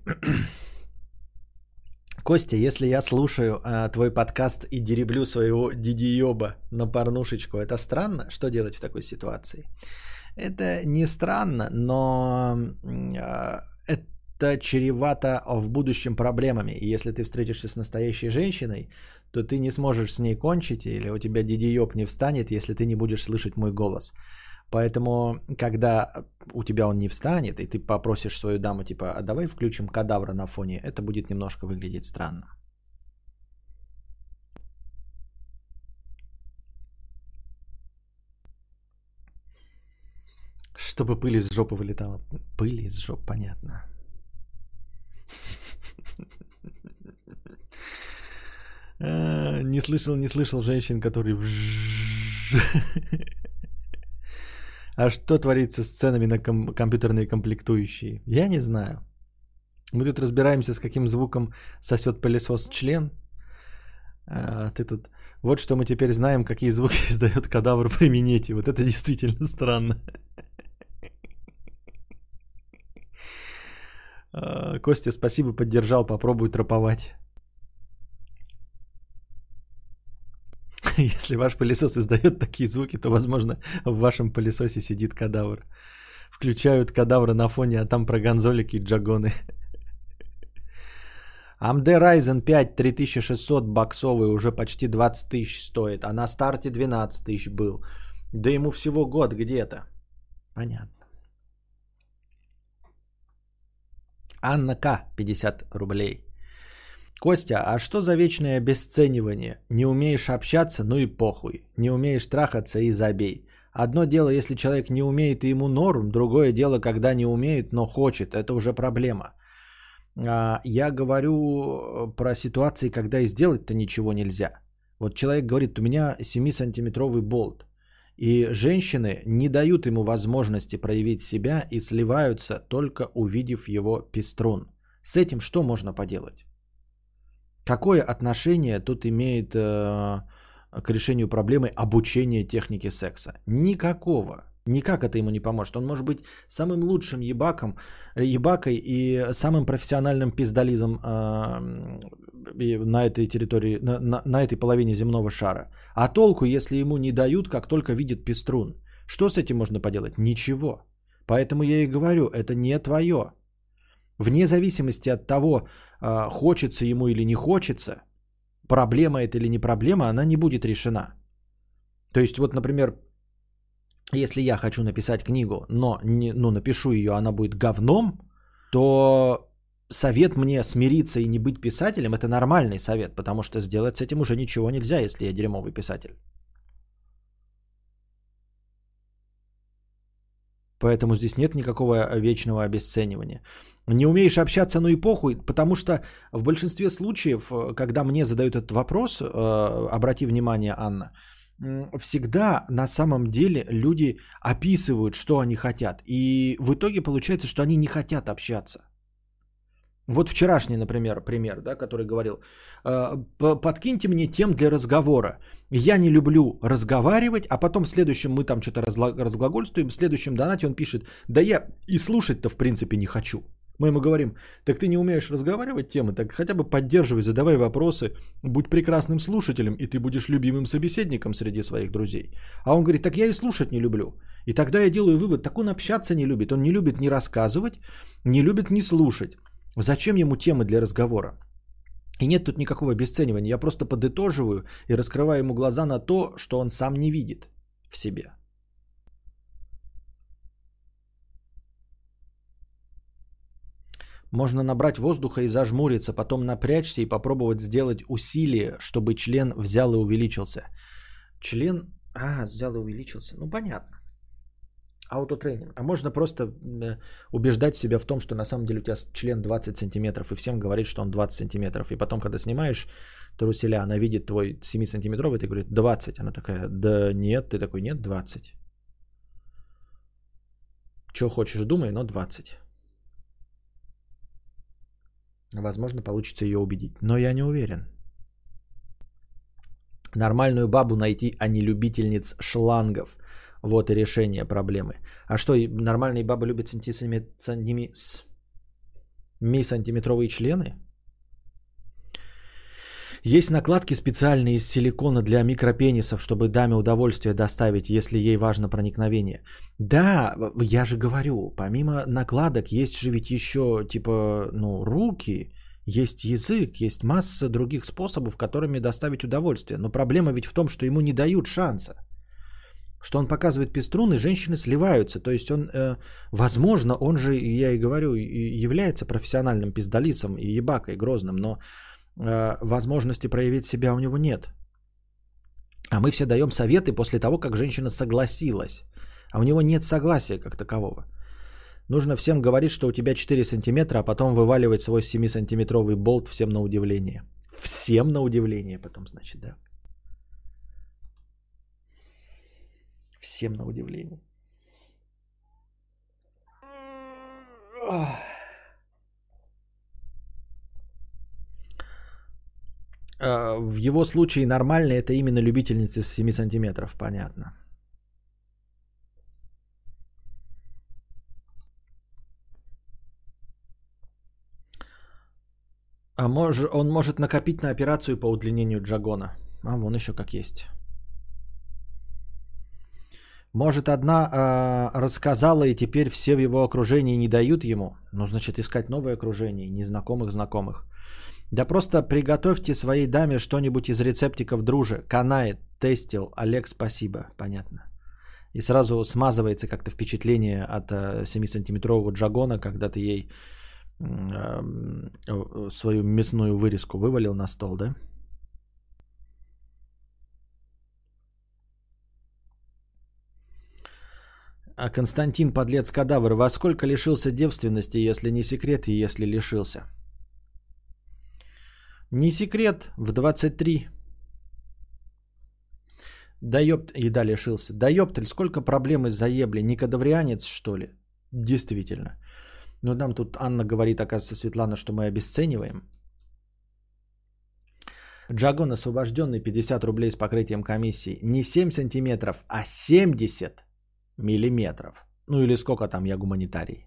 Костя, если я слушаю твой подкаст и дереблю своего дидиёба на порнушечку, это странно? Что делать в такой ситуации? Это не странно, но это чревато в будущем проблемами. И если ты встретишься с настоящей женщиной, то ты не сможешь с ней кончить, или у тебя дидиёб не встанет, если ты не будешь слышать мой голос. Поэтому, когда у тебя он не встанет, и ты попросишь свою даму, типа, а давай включим кадавра на фоне, это будет немножко выглядеть странно. Чтобы пыль из жопы вылетала. Пыль из жоп, понятно. Не слышал женщин, которые... А что творится с ценами на компьютерные комплектующие? Я не знаю. Мы тут разбираемся, с каким звуком сосет пылесос член. Ты тут... Вот что мы теперь знаем, какие звуки издает кадавр при минете. Вот это действительно странно. Костя, спасибо, поддержал. Попробуй траповать. Если ваш пылесос издает такие звуки, то, возможно, в вашем пылесосе сидит кадавр. Включают кадавра на фоне, а там про гонзолики и джагоны. AMD Ryzen 5 3600 баксовый уже почти 20 тысяч стоит, а на старте 12 тысяч был. Да ему всего год где-то. Понятно. Анна К. 50 рублей. Костя, а что за вечное обесценивание? Не умеешь общаться, ну и похуй. Не умеешь трахаться и забей. Одно дело, если человек не умеет и ему норм, другое дело, когда не умеет, но хочет. Это уже проблема. Я говорю про ситуации, когда и сделать-то ничего нельзя. Вот человек говорит, у меня 7-сантиметровый болт. И женщины не дают ему возможности проявить себя и сливаются, только увидев его пеструн. С этим что можно поделать? Какое отношение тут имеет к решению проблемы обучения технике секса? Никакого. Никак это ему не поможет. Он может быть самым лучшим ебакой и самым профессиональным пиздализом на этой территории, на этой половине земного шара. А толку, если ему не дают, как только видит пеструн? Что с этим можно поделать? Ничего. Поэтому я и говорю, это не твое. Вне зависимости от того, хочется ему или не хочется, проблема это или не проблема, она не будет решена. То есть вот, например, если я хочу написать книгу, но напишу ее, она будет говном, то совет мне смириться и не быть писателем – это нормальный совет, потому что сделать с этим уже ничего нельзя, если я дерьмовый писатель. Поэтому здесь нет никакого вечного обесценивания. Не умеешь общаться, ну и похуй, потому что в большинстве случаев, когда мне задают этот вопрос, обрати внимание, Анна, всегда на самом деле люди описывают, что они хотят. И в итоге получается, что они не хотят общаться. Вот вчерашний, например, пример, да, который говорил, подкиньте мне тем для разговора. Я не люблю разговаривать, а потом в следующем мы там что-то разглагольствуем, в следующем донате он пишет, да я и слушать-то в принципе не хочу. Мы ему говорим, так ты не умеешь разговаривать темы, так хотя бы поддерживай, задавай вопросы, будь прекрасным слушателем, и ты будешь любимым собеседником среди своих друзей. А он говорит, так я и слушать не люблю. И тогда я делаю вывод, так он общаться не любит, он не любит ни рассказывать, не любит ни слушать. Зачем ему темы для разговора? И нет тут никакого обесценивания, я просто подытоживаю и раскрываю ему глаза на то, что он сам не видит в себе. Можно набрать воздуха и зажмуриться, потом напрячься и попробовать сделать усилие, чтобы член взял и увеличился. Член, взял и увеличился. Ну, понятно. Аутотренинг. А можно просто убеждать себя в том, что на самом деле у тебя член 20 сантиметров, и всем говорит, что он 20 сантиметров. И потом, когда снимаешь труселя, она видит твой 7-сантиметровый, ты говоришь 20. Она такая, да нет, ты такой, нет, 20. Что хочешь, думай, но 20. Возможно, получится ее убедить. Но я не уверен. Нормальную бабу найти, а не любительниц шлангов. Вот и решение проблемы. А что, нормальные бабы любят сантиметровые члены? Есть накладки специальные из силикона для микропенисов, чтобы даме удовольствие доставить, если ей важно проникновение. Да, я же говорю, помимо накладок есть же ведь еще типа, руки, есть язык, есть масса других способов, которыми доставить удовольствие. Но проблема ведь в том, что ему не дают шанса. Что он показывает пеструн, и женщины сливаются. То есть он, возможно, он же, я и говорю, является профессиональным пиздалисом и ебакой грозным, но возможности проявить себя у него нет. А мы все даем советы после того, как женщина согласилась. А у него нет согласия как такового. Нужно всем говорить, что у тебя 4 сантиметра, а потом вываливать свой 7-сантиметровый болт всем на удивление. Всем на удивление потом, значит, да. Всем на удивление. В его случае нормально это именно любительницы с 7 сантиметров, понятно. А он может накопить на операцию по удлинению джагона. А вон еще как есть. Может, одна рассказала, и теперь все в его окружении не дают ему? Ну, значит, искать новое окружение, незнакомых знакомых. Да просто приготовьте своей даме что-нибудь из рецептиков друже. Канает, тестил, Олег, спасибо. Понятно. И сразу смазывается как-то впечатление от 7-сантиметрового джагона, когда ты ей свою мясную вырезку вывалил на стол, да? А Константин, подлец-кадавр, во сколько лишился девственности, если не секрет, и если лишился? Не секрет, в 23. Да ёпт... И да, лишился. Да ёптель, сколько проблем из-за ебли? Не кадаврианец, что ли? Действительно. Но нам тут Анна говорит, оказывается, Светлана, что мы обесцениваем. Джагон освобожденный, 50 рублей с покрытием комиссии. Не 7 сантиметров, а 70 миллиметров. Ну или сколько там, я гуманитарий.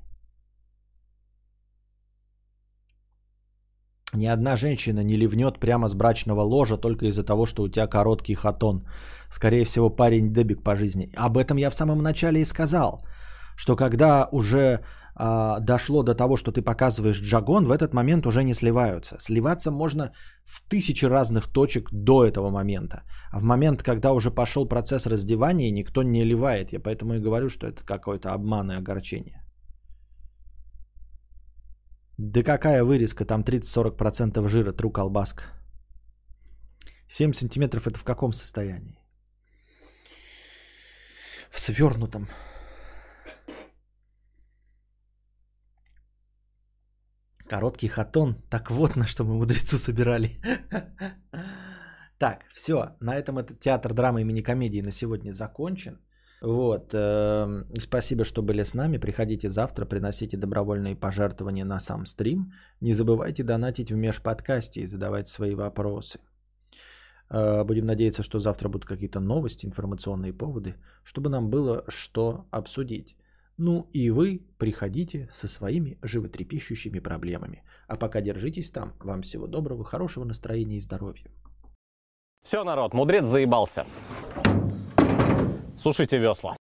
Ни одна женщина не ливнет прямо с брачного ложа только из-за того, что у тебя короткий хатон. Скорее всего, парень дебик по жизни. Об этом я в самом начале и сказал. Что когда уже дошло до того, что ты показываешь джагон, в этот момент уже не сливаются. Сливаться можно в 1000 разных точек до этого момента. А в момент, когда уже пошел процесс раздевания, никто не ливает. Я поэтому и говорю, что это какой-то обман и огорчение. Да какая вырезка? Там 30-40% жира, тру колбаска. 7 сантиметров это в каком состоянии? В свернутом. Короткий хатон. Так вот, на что мы мудрецу собирали. Так, все. На этом этот театр драмы имени комедии на сегодня закончен. Вот. Спасибо, что были с нами. Приходите завтра, приносите добровольные пожертвования на сам стрим. Не забывайте донатить в межподкасте и задавать свои вопросы. Будем надеяться, что завтра будут какие-то новости, информационные поводы, чтобы нам было что обсудить. Ну и вы приходите со своими животрепещущими проблемами. А пока держитесь там. Вам всего доброго, хорошего настроения и здоровья. Все, народ, мудрец заебался. Сушите весла.